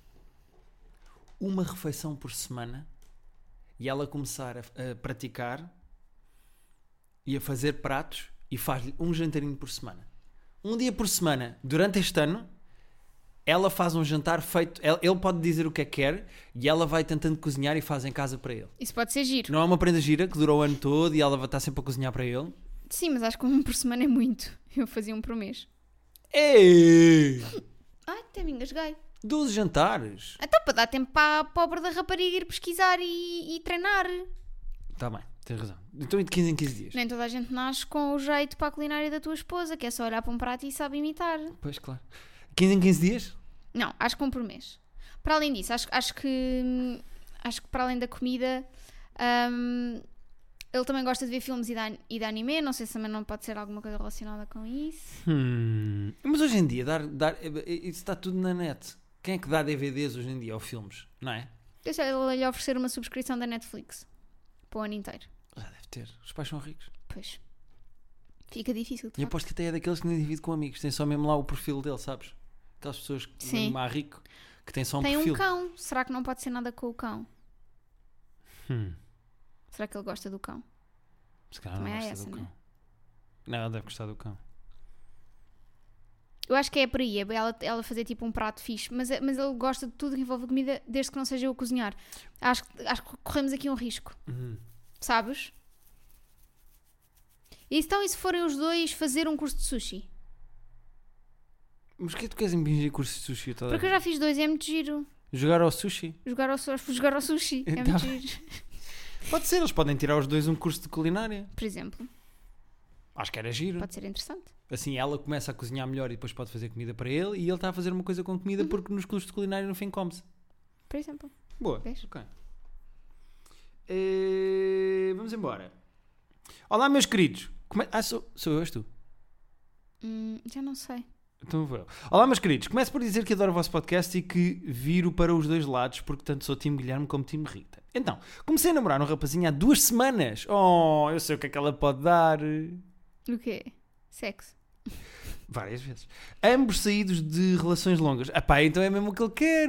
uma refeição por semana e ela começar a, a praticar e a fazer pratos e faz-lhe um jantarinho por semana. Um dia por semana, durante este ano, ela faz um jantar feito. Ele ele pode dizer o que é que quer e ela vai tentando cozinhar e faz em casa para ele. Isso pode ser giro. Não é uma prenda gira que dura o ano todo e ela vai estar sempre a cozinhar para ele. Sim, mas acho que um por semana é muito. Eu fazia um por mês. Ei! Ai, até me engasguei. doze jantares. Então para dar tempo para a pobre da rapariga ir pesquisar e, e treinar. Está bem, tens razão. Então e de quinze em quinze dias? Nem toda a gente nasce com o jeito para a culinária da tua esposa, que é só olhar para um prato e sabe imitar. Pois, claro. quinze em quinze dias? Não, acho que um por mês. Para além disso, acho, acho que acho que para além da comida, hum, ele também gosta de ver filmes e de, an- e de anime. Não sei se também não pode ser alguma coisa relacionada com isso. Hum, mas hoje em dia, dar, dar, isso está tudo na net. Quem é que dá D V Ds hoje em dia ou filmes? Não é? Deixa ele lhe oferecer uma subscrição da Netflix para o ano inteiro. Já deve ter. Os pais são ricos. Pois. Fica difícil, de E facto. aposto que até é daqueles que nem divide com amigos. Tem só mesmo lá o perfil dele, sabes? Aquelas pessoas que Sim. mesmo há rico que têm só um Tem perfil. um cão. Será que não pode ser nada com o cão? Hum, Será que ele gosta do cão? se calhar não Também há gosta essa, do né? cão. Não, ela deve gostar do cão. Eu acho que é por aí, é ela, ela fazer tipo um prato fixe, mas, mas ele gosta de tudo que envolve comida, desde que não seja eu a cozinhar. Acho, que- acho que corremos aqui um risco, Uhum. sabes? E então, e se forem os dois fazer um curso de sushi? Mas o que é que tu queres impingir curso de sushi? Toda a Porque eu vida? já fiz dois e é muito giro. Jogar ao sushi? Jogar ao, su- jogar ao sushi é Então- muito giro. Pode ser, eles podem tirar os dois um curso de culinária. Por exemplo, Acho que era giro. pode ser interessante. Assim, ela começa a cozinhar melhor e depois pode fazer comida para ele e ele está a fazer uma coisa com comida porque nos cursos de culinária no fim come-se. Por exemplo. Boa. Vês? Ok. Eh, vamos embora. Olá, meus queridos. Come... Ah, sou, sou eu, és tu. Hum, já não sei. Então vou eu. Olá, meus queridos. Começo por dizer que adoro o vosso podcast e que viro para os dois lados porque tanto sou time Guilherme como time Rita. Então, comecei a namorar um rapazinho há duas semanas. Oh, eu sei o que é que ela pode dar. O quê? Sexo. Várias vezes. Ambos saídos de relações longas. Ah pá, então é mesmo o que ele quer.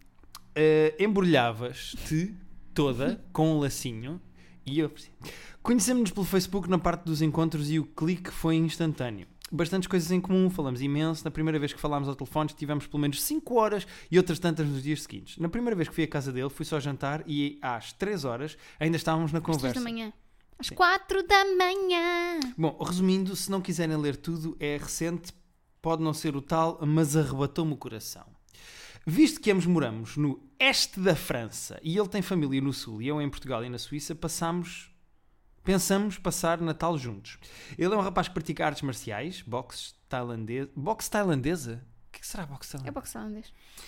Uh, embrulhavas-te toda com um lacinho e eu... Conhecemos-nos pelo Facebook na parte dos encontros e o clique foi instantâneo. Bastantes coisas em comum, falamos imenso. Na primeira vez que falámos ao telefone tivemos pelo menos cinco horas e outras tantas nos dias seguintes. Na primeira vez que fui à casa dele fui só jantar e às três horas ainda estávamos na conversa. Às três da manhã. Às quatro da manhã. Bom, resumindo, se não quiserem ler tudo, é recente, pode não ser o tal, mas arrebatou-me o coração. Visto que ambos moramos no este da França e ele tem família no sul e eu em Portugal e na Suíça, passamos... Pensamos passar Natal juntos. Ele é um rapaz que pratica artes marciais, boxe tailandesa. Boxe tailandesa? O que será boxe tailandesa? É boxe tailandês.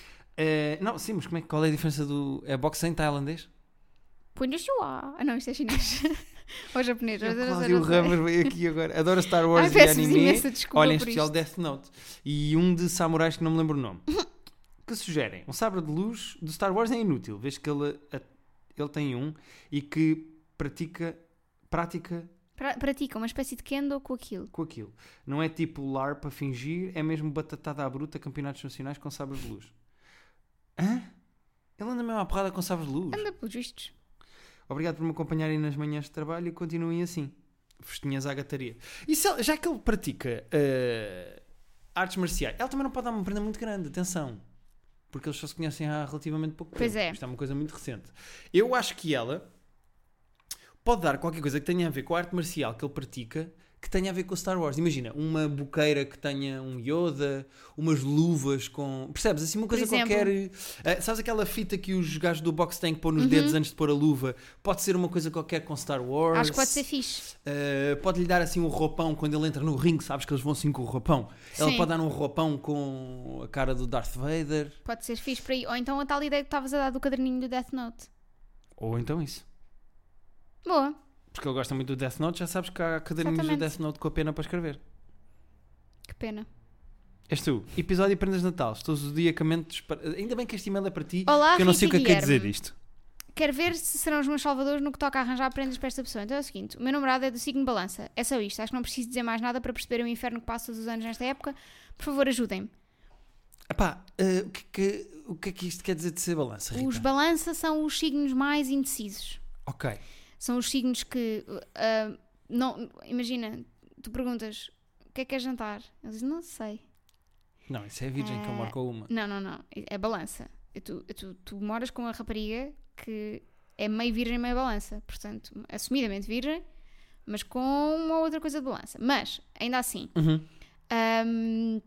Uh, não, sim, mas como é, qual é a diferença do... É boxe em tailandês? Punhashua. Ah não, isto é chinês. Ou japonês. O Cláudio Ramos veio aqui agora. Adoro Star Wars Ai, e anime. Olha, em especial isto. Death Note. E um de samurais que não me lembro o nome. Que sugerem? Um sabre de luz do Star Wars é inútil. Vês que ele, ele tem um e que pratica... Prática... Pra, pratica uma espécie de kendo com aquilo. Com aquilo. Não é tipo LARP a fingir, é mesmo batatada à bruta, campeonatos nacionais com sabres de luz. Hã? Ele anda mesmo à porrada com sabres de luz. Anda pelos vistos. Obrigado por me acompanharem nas manhãs de trabalho e continuem assim. Festinhas à gataria. E se, já que ele pratica uh, artes marciais, ela também não pode dar uma prenda muito grande, atenção. Porque eles só se conhecem há relativamente pouco tempo. Pois é. Isto é uma coisa muito recente. Eu acho que ela... pode dar qualquer coisa que tenha a ver com a arte marcial que ele pratica, que tenha a ver com o Star Wars. Imagina, uma boqueira que tenha um Yoda, umas luvas com... Percebes? Assim, uma coisa qualquer... Uh, sabes aquela fita que os gajos do boxe têm que pôr nos uhum. dedos antes de pôr a luva? Pode ser uma coisa qualquer com Star Wars. Acho que pode ser fixe. Uh, pode-lhe dar assim um roupão quando ele entra no ringue, sabes que eles vão assim com o roupão. Sim. Ela pode dar um roupão com a cara do Darth Vader. Pode ser fixe por aí. Ou então a tal ideia que estavas a dar do caderninho do Death Note. Ou então isso. Boa. Porque ele gosta muito do Death Note, já sabes que há caderninhos do Death Note com a pena para escrever. Que pena. És tu. Episódio de Prendas de Natal. Estou zodiacamente... Dispar... Ainda bem que este e-mail é para ti, Olá, que eu não sei o que é que quer Guilherme. dizer isto. Quero ver se serão os meus salvadores no que toca a arranjar prendas para esta pessoa. Então é o seguinte, o meu namorado é do signo Balança. É só isto. Acho que não preciso dizer mais nada para perceber o inferno que passa todos os anos nesta época. Por favor, ajudem-me. Epá, uh, o, que, que, o que é que isto quer dizer de ser Balança, Rita? Os Balança são os signos mais indecisos. Ok. São os signos que, uh, não, imagina, tu perguntas, o que é que é jantar? Eles dizem, não sei. Não, isso é a Virgem uh, que eu marco uma. Não, não, não, é Balança. Tu, tu, tu moras com uma rapariga que é meio virgem, meio balança. Portanto, assumidamente virgem, mas com uma outra coisa de balança. Mas, ainda assim, uhum. um,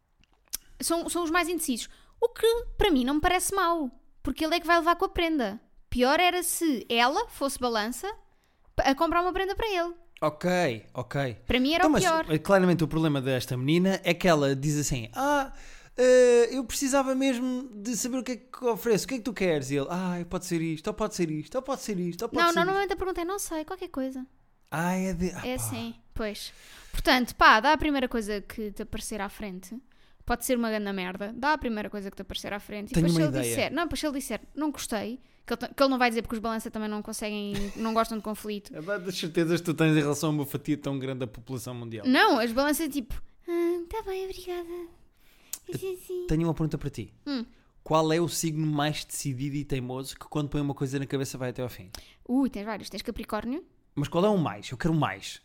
são, são os mais indecisos. O que, para mim, não me parece mau, porque ele é que vai levar com a prenda. Pior era se ela fosse balança a comprar uma prenda para ele. Ok, ok. Para mim era então, o mas, pior. Claramente o problema desta menina é que ela diz assim, ah, uh, eu precisava mesmo de saber o que é que ofereço, o que é que tu queres? E ele, ah, pode ser isto, ou pode ser isto, ou pode ser isto, ou pode não, ser não, isto. normalmente a pergunta é, não sei, qualquer coisa. Ah, é de... Ah, é pá. assim, pois. Portanto, pá, dá a primeira coisa que te aparecer à frente. Pode ser uma grande merda. Dá a primeira coisa que te aparecer à frente. Tenho E depois uma se ele ideia. disser, não, depois se ele disser, não gostei, que ele, que ele não vai dizer porque os balança também não conseguem, não gostam de conflito. É das certezas que tu tens em relação a uma fatia tão grande da população mundial. Não, as balanças tipo, ah, tá bem, obrigada. Sim, sim. Tenho uma pergunta para ti. Hum. Qual é o signo mais decidido e teimoso que quando põe uma coisa na cabeça vai até ao fim? Ui, tens vários. Tens Capricórnio. Mas qual é o mais? Eu quero o mais.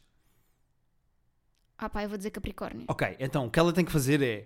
Ah pá, eu vou dizer Capricórnio. Ok, então o que ela tem que fazer é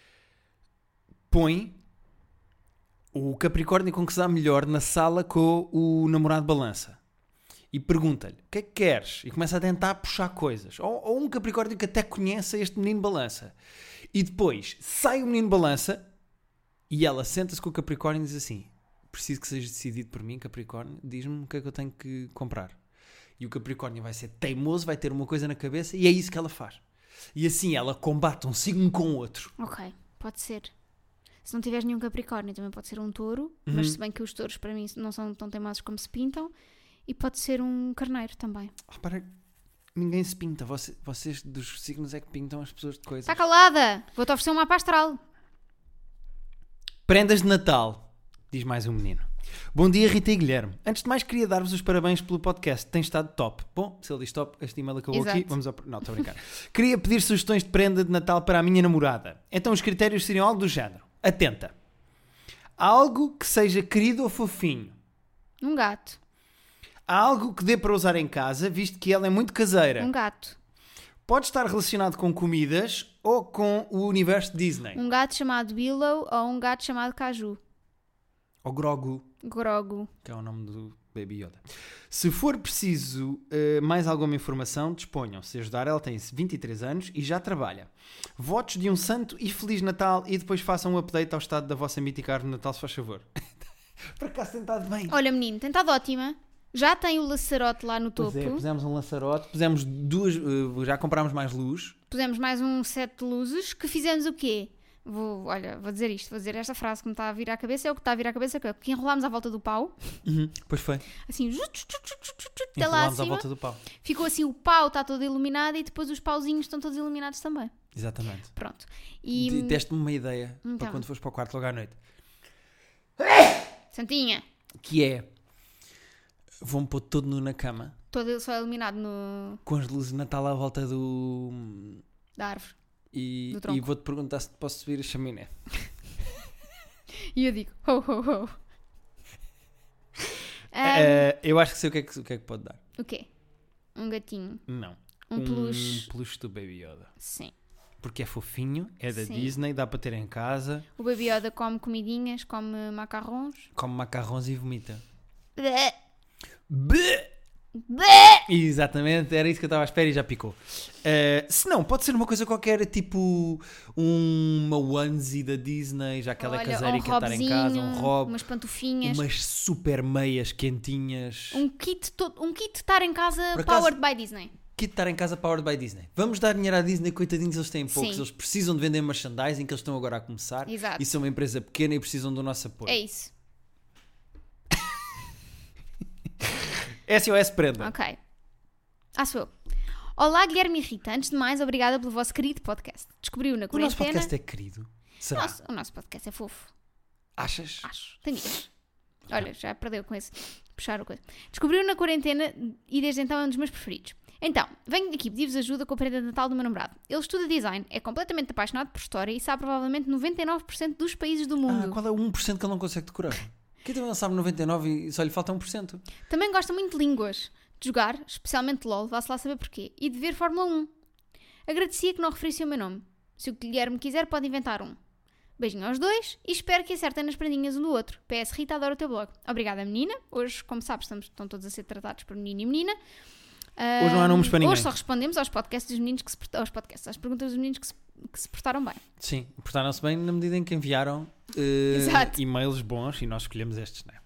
põe o Capricórnio com que se dá melhor na sala com o namorado balança e pergunta-lhe, o que é que queres? E começa a tentar puxar coisas. Ou, ou um Capricórnio que até conhece este menino balança. E depois sai o menino balança e ela senta-se com o Capricórnio e diz assim, preciso que seja decidido por mim, Capricórnio, diz-me o que é que eu tenho que comprar. E o Capricórnio vai ser teimoso, vai ter uma coisa na cabeça e é isso que ela faz. E assim ela combate um signo com o outro. Ok, pode ser. Se não tiveres nenhum Capricórnio, também pode ser um touro, Uhum. mas se bem que os touros para mim não são tão teimosos como se pintam, e pode ser um carneiro também. Repara, ninguém se pinta. Vocês, vocês dos signos é que pintam as pessoas de coisas. Está calada! Vou-te oferecer um mapa astral. Prendas de Natal, diz mais um menino. Bom dia, Rita e Guilherme. Antes de mais, queria dar-vos os parabéns pelo podcast. Tem estado top. Bom, se ele diz top, este e-mail acabou Exato. aqui. Vamos ao... Não, estou a brincar. Queria pedir sugestões de prenda de Natal para a minha namorada. Então os critérios seriam algo do género. Atenta. Algo que seja querido ou fofinho. Um gato. Algo que dê para usar em casa, visto que ela é muito caseira. Um gato. Pode estar relacionado com comidas ou com o universo Disney. Um gato chamado Willow ou um gato chamado Caju. Ou Grogu, Grogu. que é o nome do Baby Yoda. Se for preciso uh, mais alguma informação, disponham-se a ajudar. Ela tem vinte e três anos e já trabalha. Votos de um santo e Feliz Natal e depois façam um update ao estado da vossa mítica árvore de Natal, se faz favor. Por acaso tem estado bem. Olha, menino, tem estado ótima. Já tem o laçarote lá no Pois topo. é, pusemos um lançarote, pusemos duas, uh, já comprámos mais luz. Pusemos mais um set de luzes que fizemos o quê? Vou, olha, vou dizer isto, vou dizer esta frase que me está a vir à cabeça, é o que está a vir à cabeça, que é que enrolámos à volta do pau, Uhum, pois foi. assim, jut, jut, jut, jut, jut, até lá Enrolámos à acima, volta do pau. ficou assim, o pau está todo iluminado e depois os pauzinhos estão todos iluminados também. Exatamente. Pronto. E, D- Deste-me uma ideia Então. para quando fores para o quarto logo à noite. Santinha, Que é, vou-me pôr todo nu na cama, todo só iluminado no, com as luzes de Natal à volta do... da árvore. E, Do tronco. e vou-te perguntar se te posso subir a chaminé. E eu digo, ho, ho, ho. Ah, Eh, eu acho que sei o que, é que, o que é que pode dar. O quê? Um gatinho. Não. Um peluche. Um peluche do Baby Yoda. Sim. Porque é fofinho, é da Sim. Disney, dá para ter em casa, O Baby Yoda come comidinhas, come macarrons. come macarrões e vomita. Blé, Bleh! blé. Exatamente, era isso que eu estava à espera e já picou. Eh, se não, pode ser uma coisa qualquer, tipo uma onesie da Disney, já que ela é Olha, caseira um e quer estar em casa, um robzinho, robe, umas pantufinhas. umas super meias quentinhas. Um kit, todo, um kit de estar em casa Por acaso- powered by Disney. Kit de estar em casa powered by Disney. Vamos dar dinheiro à Disney, coitadinhos, eles têm poucos, Sim. eles precisam de vender merchandising, que eles estão agora a começar. Exato. E são uma empresa pequena e precisam do nosso apoio. É isso. S O S prenda. Ok. Ah, sou eu. Olá, Guilherme e Rita. Antes de mais, obrigada pelo vosso querido podcast. Descobriu na O nosso quarentena... podcast é querido. Será? Nosso- o nosso podcast é fofo. Achas? Acho. Tem dias. Olha, já perdeu com esse. Puxar o coisa. Descobriu na quarentena e desde então é um dos meus preferidos. Então, venho aqui pedir-vos ajuda com a prenda de Natal do meu namorado. Ele estuda design, é completamente apaixonado por história e sabe provavelmente noventa e nove por cento dos países do Ah, mundo. qual é o um por cento que ele não consegue decorar? Quem também não sabe noventa e nove por cento e só lhe falta um por cento? Também gosta muito de línguas, de jogar, especialmente LOL, vá-se lá saber porquê, e de ver Fórmula um. Agradecia que não referisse o meu nome. Se o Guilherme quiser, pode inventar um. Beijinho aos dois e espero que acertem nas prendinhas um do outro. P S Rita, adoro o teu blog. Obrigada, menina. Hoje, como sabes, estamos, estão todos a ser tratados por menino e menina. Hoje não há nomes para ninguém. Hoje só respondemos aos podcasts dos meninos que se portaram, aos podcasts, às perguntas dos meninos que se, que se portaram bem. Sim, portaram-se bem na medida em que enviaram eh, Exato. e-mails bons e nós escolhemos estes, não é?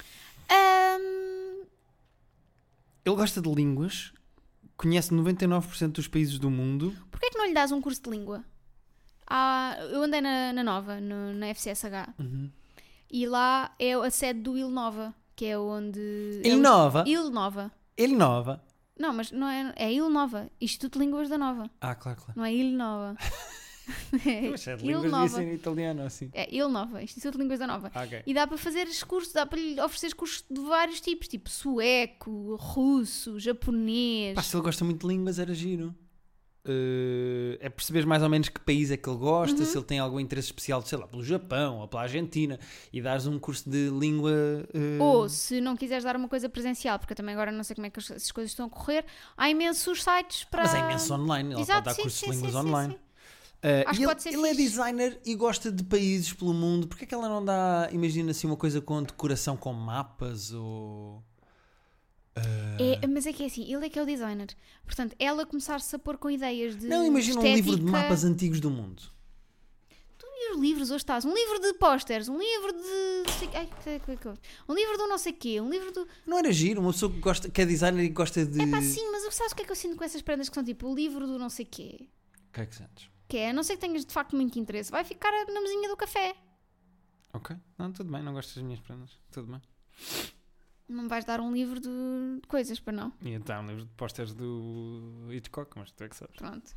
Ahm, Ele gosta de línguas, conhece noventa e nove por cento dos países do mundo. Porquê é que não lhe dás um curso de língua? Ah, eu andei na, na Nova, no- na F C S H, Uhum. e lá é a sede do Il Nova, que é onde... Ele é o- Nova? Il Nova. Ele Nova. Não, mas não é, é Il Nova, Instituto de Línguas da Nova, Ah, claro, claro. não é Il Nova. é Mas é de Il línguas, devia Nova. ser em italiano assim. É Il Nova, Instituto de Línguas da Nova. Ah, ok. E dá para fazer os cursos, dá para lhe oferecer cursos de vários tipos, tipo sueco, russo, japonês. Pá, se ele gosta muito de línguas, era giro. Eh, é perceber mais ou menos que país é que ele gosta, Uhum. se ele tem algum interesse especial, sei lá, pelo Japão ou pela Argentina, e dares um curso de língua. eh, Ou, se não quiseres dar uma coisa presencial, porque eu também agora não sei como é que as- essas coisas estão a correr, há imensos sites para... Mas é imenso online, ele Exato, pode dar sim, cursos sim, de línguas sim, sim, online. sim. Eh, Acho e que ele, pode ser ele é fixe. designer e gosta de países pelo mundo. Porquê é que ela não dá, imagina assim, uma coisa com decoração com mapas ou. eh, É, mas é que é assim, ele é que é o designer. Portanto, ela começar-se a pôr com ideias de Não, imagina um livro de estética. mapas antigos do mundo. E os livros, hoje estás. Um livro de pósteres, um livro de... sei- ai, que- que- que- um livro do não sei quê, um livro do... Não era giro? Uma pessoa que, gosta, que é designer e que gosta de. É pá, sim, mas sabes o que é que eu sinto com essas prendas que são tipo o livro do não sei quê? O que é que sentes? Que é, a não sei que tenhas de facto muito interesse, vai ficar na mesinha do café. Ok. Não, tudo bem, não gosto das minhas prendas. Tudo bem. Não vais dar um livro de coisas, para não. E então, um livro de pósteres do Hitchcock, mas tu é que sabes. Pronto.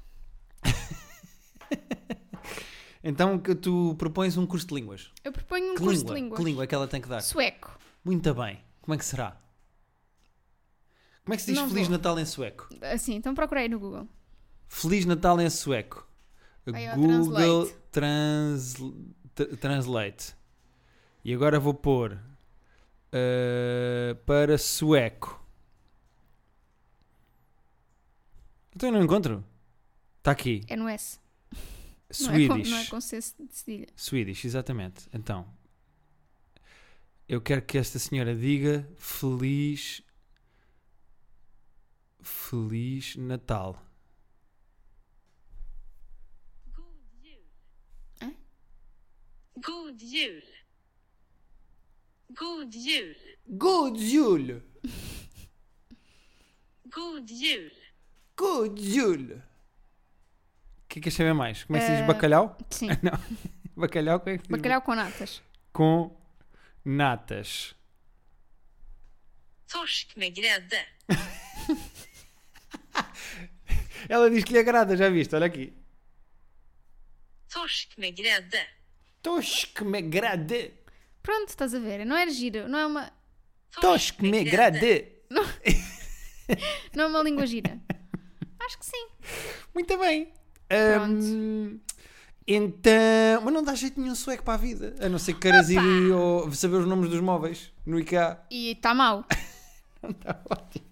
Então, que tu propões um curso de línguas. Eu proponho um Que curso língua? de línguas. Que língua é que ela tem que dar? Sueco. Muito bem. Como é que será? Como é que se diz Não Feliz vou. Natal em sueco? Assim, então procurei no Google. Feliz Natal em sueco. Vai ao Google Trans, t- Translate. E agora vou pôr uh, para sueco. Então eu não encontro. Está aqui. É no S. Swedish. Não é com, não é com C de cedilha. Swedish, exatamente. Então, eu quero que esta senhora diga Feliz... Feliz Natal. Hã? God jul. God jul. Good Jul. God jul. Good Jul. O que é que queres saber mais? Como é que se diz Eh, bacalhau? Sim. Não. Bacalhau, como é que se diz? Bacalhau com natas. Com natas. Torsk med grädde. Ela diz que lhe agrada, já viste? Olha aqui. Torsk med grädde. Tosque me grade. Pronto, estás a ver. Não é giro. Não é uma, Tosque me grade. não é uma língua gira. Acho que sim. Muito bem. Pronto. Hum, então... Mas não dá jeito nenhum sueco para a vida. A não ser que queiras ir ou saber os nomes dos móveis no IKEA. E está mal. Não está ótimo.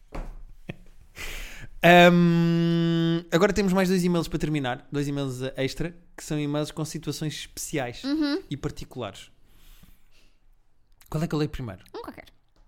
Hum, agora temos mais dois e-mails para terminar. Dois e-mails extra, que são e-mails com situações especiais Uhum. e particulares. Qual é que eu leio primeiro? Um qualquer.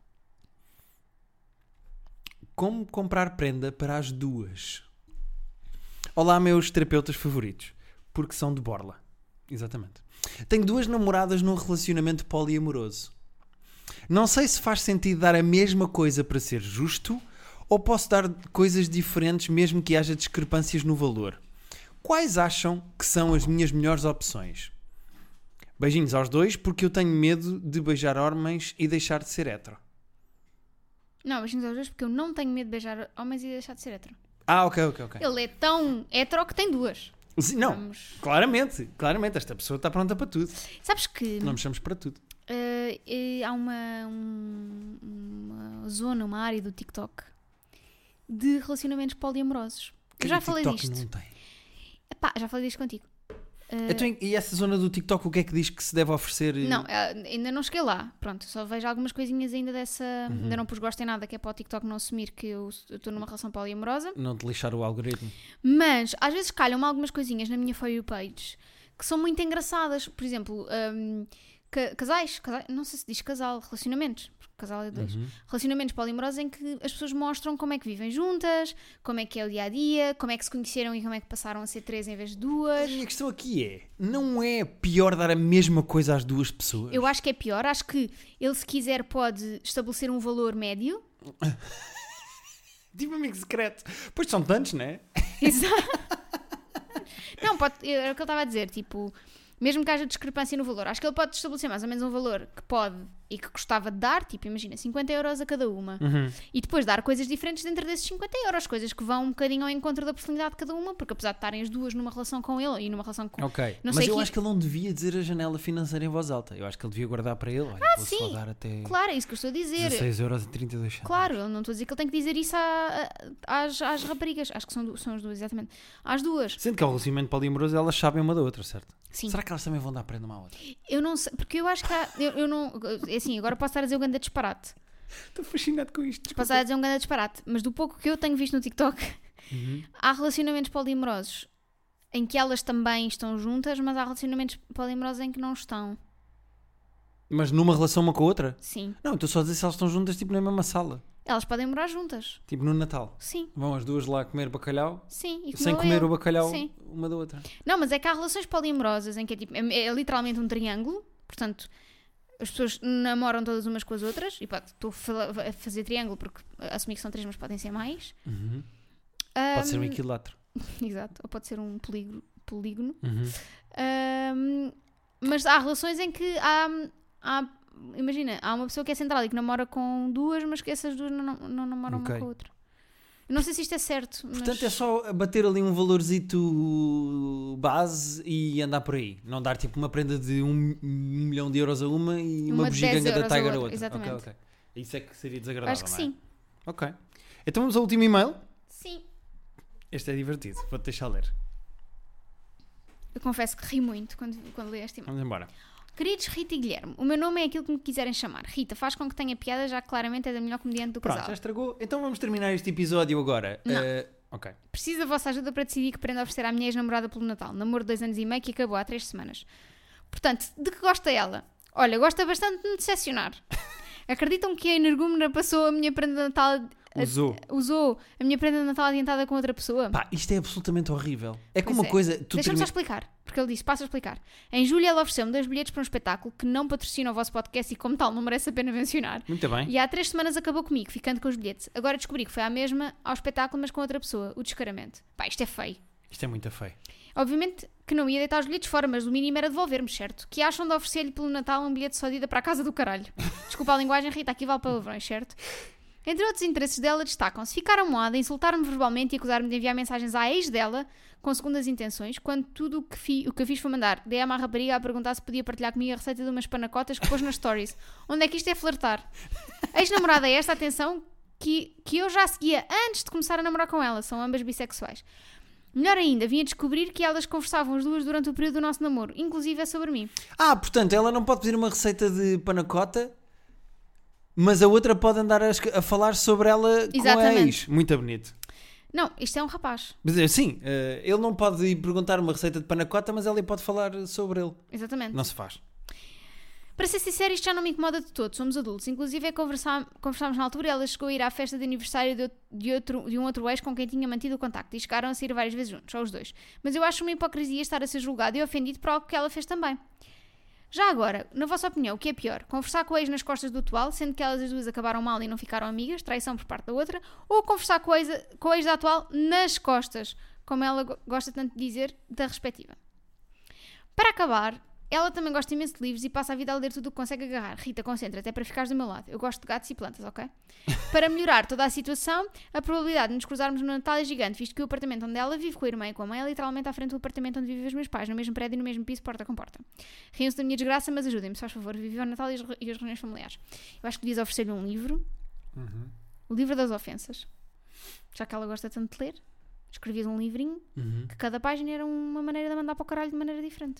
Como comprar prenda para as duas? Olá, meus terapeutas favoritos. Porque são de borla. Exatamente. Tenho duas namoradas num relacionamento poliamoroso. Não sei se faz sentido dar a mesma coisa para ser justo ou posso dar coisas diferentes mesmo que haja discrepâncias no valor. Quais acham que são as minhas melhores opções? Beijinhos aos dois porque eu tenho medo de beijar homens e deixar de ser hétero. Não, beijinhos aos dois porque eu não tenho medo de beijar homens e deixar de ser hétero. Ah, ok, ok, ok. Ele é tão hétero que tem duas. Sim, não, Vamos. claramente, claramente, esta pessoa está pronta para tudo. Sabes que Não me chames para tudo. eh, eh, há uma, um- uma zona, uma área do TikTok de relacionamentos poliamorosos. Eu já O falei TikTok disto. não tem. Epá, já falei disto contigo. Eh, Então, e essa zona do TikTok, o que é que diz que se deve oferecer? Não, eh, ainda não cheguei lá. Pronto, só vejo algumas coisinhas ainda dessa. Uhum. Ainda não pus gosto em nada, que é para o TikTok não assumir que eu eu estou numa relação poliamorosa. Não te lixar o algoritmo. Mas às vezes calham-me algumas coisinhas na minha For You page que são muito engraçadas. Por exemplo, hum, ca- casais, casais, não sei se diz casal, relacionamentos, porque casal é dois. Uhum. Relacionamentos polimorosos em que as pessoas mostram como é que vivem juntas, como é que é o dia a dia, como é que se conheceram e como é que passaram a ser três em vez de A duas. minha questão aqui é: não é pior dar a mesma coisa às duas pessoas? Eu acho que é pior. Acho que ele, se quiser, pode estabelecer um valor médio. Tipo amigo secreto. Pois são tantos, não é? Exato. Não, pode, era o que ele estava a dizer, tipo, mesmo que haja discrepância no valor, acho que ele pode estabelecer mais ou menos um valor que pode e que gostava de dar, tipo, imagina, cinquenta euros a cada uma, Uhum. e depois dar coisas diferentes dentro desses cinquenta euros, coisas que vão um bocadinho ao encontro da personalidade de cada uma, porque apesar de estarem as duas numa relação com ele e numa relação com... Ok. Não Mas sei eu que- acho que ele não devia dizer a janela financeira em voz alta. Eu acho que ele devia guardar para ele. Olha, Ah, vou sim. só dar até Claro, é isso que eu estou a dizer. dezasseis euros e trinta e dois centavos. Claro, eu não estou a dizer que ele tem que dizer isso à- à- às, às raparigas, acho que são, du- são as duas, exatamente, às duas. Sendo que é um relacionamento poliamoroso, elas sabem uma da outra, certo? Sim. Será que elas também vão dar prenda uma à outra? Eu não sei, porque eu acho que há, eu, eu não, é assim, agora posso estar a dizer um grande disparate. Estou fascinado com isto. desculpa. Posso estar a dizer um grande disparate, mas do pouco que eu tenho visto no TikTok, Uhum. há relacionamentos polimorosos em que elas também estão juntas, mas há relacionamentos polimorosos em que não estão. Mas numa relação uma com a outra? Sim. Não, estou só a dizer se elas estão juntas, tipo na mesma sala. Elas podem morar juntas. Tipo no Natal. Sim, Vão as duas lá comer bacalhau, sim. E sem comeu comer ele. o bacalhau Sim. uma da outra. Não, mas é que há relações poliamorosas em que é, tipo, é, é literalmente um triângulo, portanto, as pessoas namoram todas umas com as outras, e pá, estou a fa- a fazer triângulo porque assumi que são três, mas podem ser mais. Uhum. Pode ser um Ahm, equilátero. Exato, ou pode ser um polígono. polígono. Uhum. Ahm, mas há relações em que há, há- imagina, há uma pessoa que é central e que namora com duas, mas que essas duas não, não, não namoram Ok. uma com a outra. Eu não sei se isto é certo, mas... Portanto, é só bater ali um valorzito base e andar por aí. Não dar tipo uma prenda de um milhão de euros a uma e uma, Uma de dez bugiganga da euros a Tiger a outra, outra. exatamente. Ok, ok. Isso é que seria desagradável, Acho que não é? sim. Ok. Então vamos ao último e-mail. Sim. Este é divertido, vou-te deixar ler. Eu confesso que ri muito quando, quando li este e-mail. Vamos embora. Queridos Rita e Guilherme, o meu nome é aquilo que me quiserem chamar. Rita, faz com que tenha piada, já que claramente é a melhor comediante do Pronto, casal. já estragou. Então vamos terminar este episódio agora. Não. Eh, ok. Preciso da vossa ajuda para decidir que prenda oferecer à minha ex-namorada pelo Natal. Namoro de dois anos e meio que acabou há três semanas. Portanto, de que gosta ela? Olha, gosta bastante de me decepcionar. Acreditam que a energúmena passou a minha prenda de Natal... a- Usou. usou a minha prenda de Natal adiantada com outra pessoa? Pá, isto é absolutamente horrível. É como Pois uma é. coisa... Tu Deixa-me termi- só explicar, porque ele disse, passo a explicar. Em julho ela ofereceu-me dois bilhetes para um espetáculo que não patrocina o vosso podcast e como tal não merece a pena mencionar. Muito bem. E há três semanas acabou comigo, ficando com os bilhetes. Agora descobri que foi à mesma ao espetáculo, mas com outra pessoa. O descaramento. Pá, isto é feio. Isto é muito feio. Obviamente que não ia deitar os bilhetes fora, mas o mínimo era devolver-me, certo? Que acham de oferecer-lhe pelo Natal um bilhete só de ida para a casa do caralho? Desculpa a linguagem, Rita, aqui vale palavrões, certo? Entre outros interesses dela destacam-se ficar amoada, insultar-me verbalmente e acusar-me de enviar mensagens à ex dela com segundas intenções, quando tudo o que, fi, o que eu fiz foi mandar D M à rapariga a perguntar se podia partilhar comigo a receita de umas panacotas que pôs nas stories. Onde é que isto é flertar? A ex-namorada é esta, atenção, que, que eu já seguia antes de começar a namorar com ela. São ambas bissexuais. Melhor ainda, vim a descobrir que elas conversavam as duas durante o período do nosso namoro, inclusive é sobre mim. Ah, portanto, ela não pode pedir uma receita de panacota, mas a outra pode andar a, esque- a falar sobre ela com a Exatamente. ex. Muito bonito. Não, isto é um rapaz. Mas é, sim, eh, ele não pode ir perguntar uma receita de panacota, mas ela pode falar sobre ele. Exatamente. Não se faz. Para ser sincero, isto já não me incomoda de todo, somos adultos. Inclusive, é conversar, conversámos na altura, ela chegou a ir à festa de aniversário de, de, outro, de um outro ex com quem tinha mantido o contacto e chegaram a sair várias vezes juntos, só os dois. Mas eu acho uma hipocrisia estar a ser julgado e ofendido por algo que ela fez também. Já agora, na vossa opinião, o que é pior? Conversar com a ex nas costas do atual, sendo que elas as duas acabaram mal e não ficaram amigas, traição por parte da outra, ou conversar com a ex, com a ex da atual nas costas, como ela go- gosta tanto de dizer, da respectiva? Para acabar, ela também gosta imenso de livros e passa a vida a ler tudo o que consegue agarrar. Rita, concentra-te, é para ficares do meu lado. Eu gosto de gatos e plantas, ok? Para melhorar toda a situação, a probabilidade de nos cruzarmos no Natal é gigante, visto que o apartamento onde ela vive com a irmã e com a mãe é literalmente à frente do apartamento onde vivem os meus pais, no mesmo prédio e no mesmo piso, porta com porta. Riam-se da minha desgraça, mas ajudem-me, se faz favor, viver o Natal e as, re- e as reuniões familiares. Eu acho que devias oferecer-lhe um livro, Uhum. o livro das ofensas, já que ela gosta tanto de ler. Escrevias um livrinho, Uhum. que cada página era uma maneira de mandar para o caralho de maneira diferente.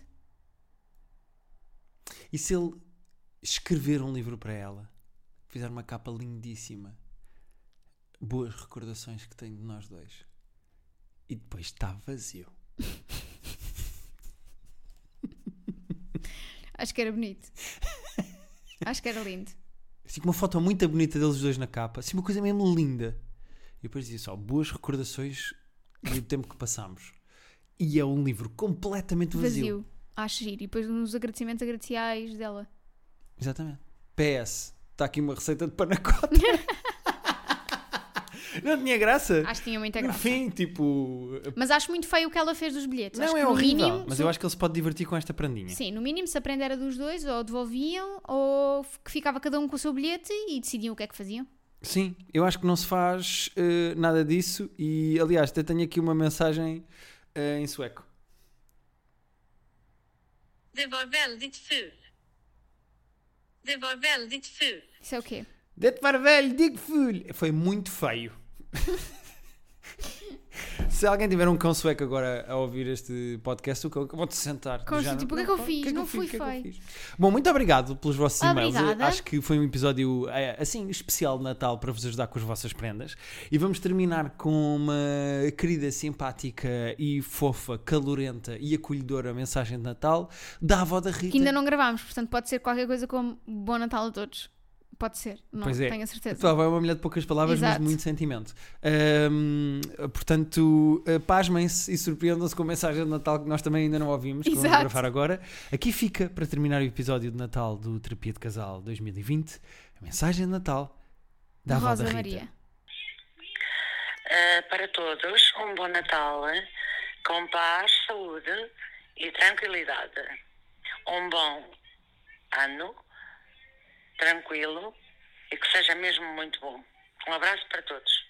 E se ele escrever um livro para ela, fizer uma capa lindíssima, boas recordações que tenho de nós dois, e depois está vazio? Acho que era bonito. Acho que era lindo. Assim, uma foto muito bonita deles dois na capa, assim, uma coisa mesmo linda. E depois dizia só, boas recordações do tempo que passámos. E é um livro completamente vazio. Vazio. Acho giro. E depois nos agradecimentos agradeciais dela. Exatamente. P S. Está aqui uma receita de panacota. Não tinha graça. Acho que tinha muita No graça. fim, tipo... Mas acho muito feio o que ela fez dos bilhetes. Não, acho é que no horrível. mínimo, Mas se- eu acho que ele se pode divertir com esta prandinha. Sim, no mínimo se a prenda era dos dois, ou devolviam, ou que ficava cada um com o seu bilhete e decidiam o que é que faziam. Sim, eu acho que não se faz eh, nada disso. E, aliás, até tenho aqui uma mensagem eh, em sueco. Det var väldigt ful. Det var väldigt ful. Isso é o quê? Det var väldigt ful. Foi muito feio. Se alguém tiver um cão sueco agora a ouvir este podcast, o cão vou-te sentar. do Como género, assim? Tipo, o que é que eu pá, fiz? o que é que Não eu fiz? fui O que é que eu feio. fiz? Bom, muito obrigado pelos vossos e-mails. Obrigada. Acho que foi um episódio eh, assim especial de Natal para vos ajudar com as vossas prendas. E vamos terminar com uma querida, simpática e fofa, calorenta e acolhedora mensagem de Natal da avó da Rita. Que ainda não gravámos, portanto pode ser qualquer coisa como Bom Natal a todos. Pode ser, não Pois é. tenho a A certeza. tua avó é uma mulher de poucas palavras, mas Exato. de muito sentimento. Ahm, portanto, uh, pasmem-se e surpreendam-se com a mensagem de Natal que nós também ainda não ouvimos, que vamos Exato. gravar agora. Aqui fica, para terminar o episódio de Natal do Terapia de Casal dois mil e vinte, a mensagem de Natal da avó Rosa da Rita. Maria. Uh, para todos, um bom Natal com paz, saúde e tranquilidade. Um bom ano, tranquilo e que seja mesmo muito bom. Um abraço para todos.